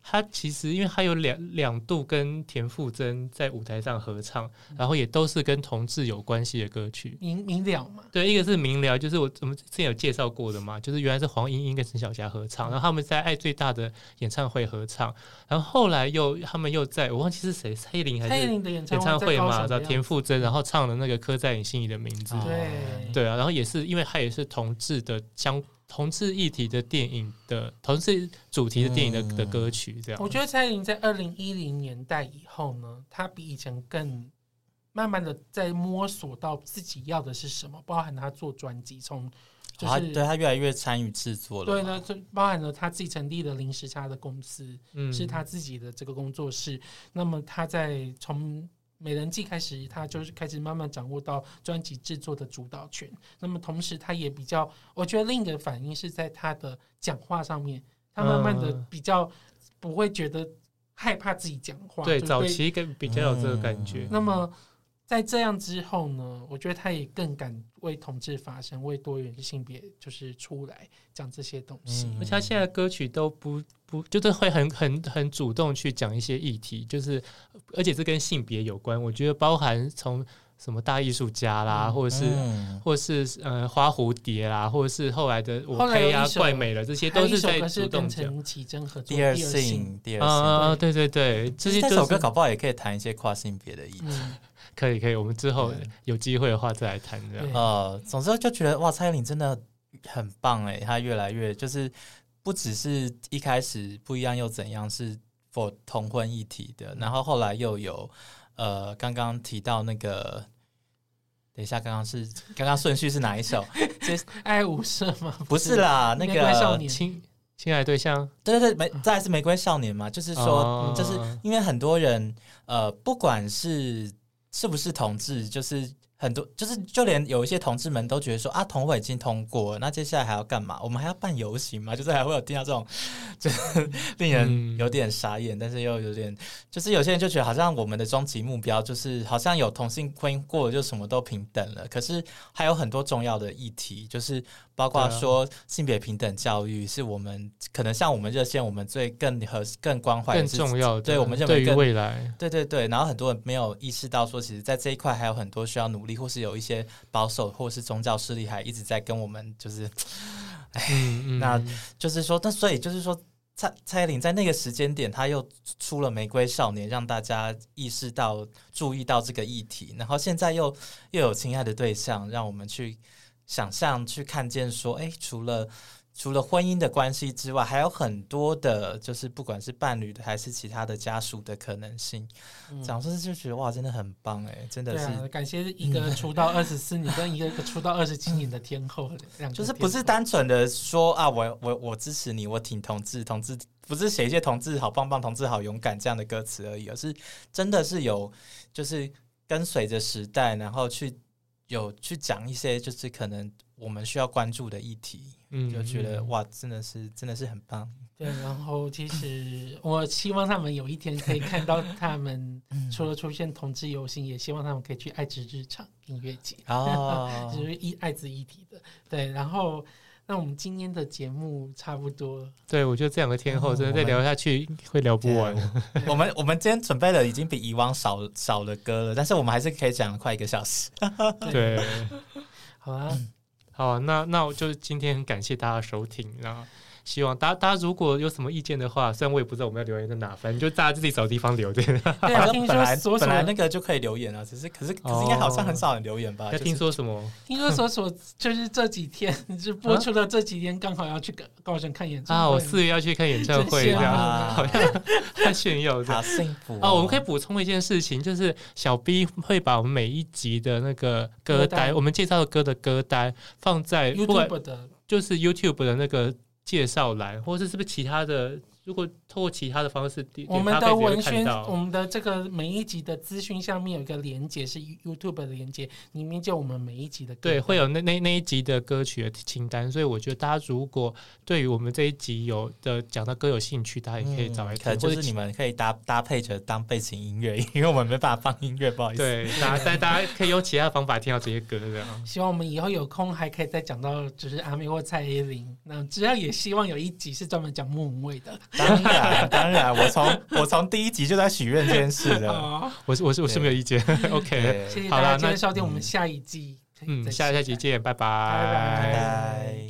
他其实因为他有两度跟田馥甄在舞台上合唱，然后也都是跟同志有关系的歌曲。 明了嘛？ 对，一个是明了，就是我们之前有介绍过的嘛，就是原来是黄莺莺跟陈小霞合唱，然后他们在爱最大的演唱会合唱，然后后来他们又在我忘记是谁，蔡依林还是蔡依林的演唱会嘛，然后田田馥甄，然后唱了那个刻在你心里的名字。对啊，然后也是因为他也是同志议题的电影的同志主题的电影的歌曲，这样。 我觉得蔡依林在2010年代以后呢，她比以前更慢慢的在摸索到自己要的是什么，包含她做专辑，从就是对她越来越参与制作了。 对呢，就包含了她自己成立的零时差的公司，是她自己的这个工作室。那么她在从美人计开始，他就是开始慢慢掌握到专辑制作的主导权。那么同时，他也比较，我觉得另一个反应是在他的讲话上面，他慢慢的比较不会觉得害怕自己讲话。 对，早期比较有这个感觉。 那么在这样之后呢，我觉得他也更敢为同志发声，为多元性别就是出来讲这些东西。 而且他现在的歌曲都不就是会很主动去讲一些议题，就是而且这跟性别有关。我觉得包含从什么大艺术家啦，或者是花蝴蝶啦，或者是后来的我黑呀怪美了，这些都是在主动讲。 陈绮贞合作第二性， 对，这些首歌搞不好也可以谈一些跨性别的议题。 可以，我们之后有机会的话再来谈这样。 总之就觉得哇，蔡依林真的很棒哎，她越来越就是不只是一开始不一样又怎样是 for 同婚议题的，然后后来又有刚刚提到那个，等一下刚刚顺序是哪一首？ 爱无赦吗？ 不是啦，那个少年亲爱的对象， 对，再来是玫瑰少年嘛，就是说，就是因为很多人不管是不是同志，就是很多，就是就连有一些同志们都觉得说啊，同婚已经通过了，那接下来还要干嘛？我们还要办游行吗？就是还会有听到这种，就是令人有点傻眼，但是又有点，就是有些人就觉得好像我们的终极目标就是好像有同性婚姻过了就什么都平等了，可是还有很多重要的议题，就是包括说性别平等教育是我们可能像我们热线我们更关怀更重要的， 对我们认为对于未来， 对，然后很多人没有意识到说，其实在这一块还有很多需要努力，或是有一些保守或是宗教势力还一直在跟我们就是，那就是说，那所以就是说。蔡依林在那个时间点，她又出了《玫瑰少年》，让大家意识到、注意到这个议题。然后现在又有《亲爱的对象》，让我们去想象、去看见说，除了婚姻的关系之外，还有很多的，就是不管是伴侣的还是其他的家属的可能性。讲说就觉得哇，真的很棒哎，真的是感谢一个出道24年跟一个出道27年的天后， 就是不是单纯的说啊，我支持你，我挺同志不是写一些同志好棒棒、同志好勇敢这样的歌词而已，而是真的是有就是跟随着时代，然后去讲一些就是可能我们需要关注的议题。就觉得哇，真的是很棒。 对，然后其实我希望他们有一天可以看到他们除了出现同志游行，也希望他们可以去爱之日场音乐节就是艾滋议题的。对，然后那我们今天的节目差不多。 对，我觉得这两个天后真的再聊下去会聊不完。 我们今天准备的已经比以往少了歌了，但是我们还是可以讲快1个小时。 对， 好啊。 好，那我就今天很感谢大家收听，然后希望大家如果有什么意见的话，虽然我也不知道我们要留言在哪，反正就大家自己找地方留。对啊， 本来那个就可以留言啊，可是应该好像很少人留言吧？ 要听说什么？ 听说就是这几天就播出的这几天，刚好要去高雄看演唱会啊！我4月要去看演唱会，这样好像太炫耀了， 好幸福哦！我们可以补充一件事情，就是小 B 会把我们每一集的那个歌单，我们介绍的歌的歌单放在 YouTube 的， 就是 YouTube 的那个介绍栏，或者是不是其他的？如果透过其他的方式， 我们的文宣，我们的这个每一集的资讯下面有一个连结，是 YouTube 的连结，里面就我们每一集的歌， 对，会有那一集的歌曲的清单。所以我觉得大家如果对于我们这一集有的讲到歌有兴趣，大家也可以找来听， 就是你们可以搭配着当背景音乐，因为我们没办法放音乐，不好意思。 对，大家可以用其他方法听到这些歌这样。 希望我们以后有空还可以再讲到，就是阿妹或蔡依林。那之后也希望有一集是专门讲莫文蔚的。 当然，我从第一集就在许愿这件事了。 我是没有意见。OK， 谢谢大家今天收听，我们下一季下一集见，拜拜。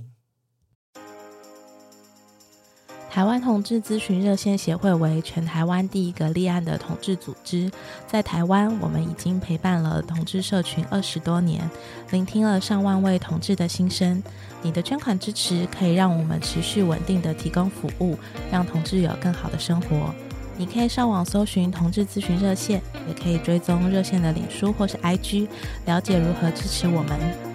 台湾同志咨询热线协会为全台湾第一个立案的同志组织，在台湾我们已经陪伴了同志社群20多年，聆听了上万位同志的心声。你的捐款支持可以让我们持续稳定的提供服务，让同志有更好的生活。你可以上网搜寻同志咨询热线，也可以追踪热线的脸书或是 IG， 了解如何支持我们。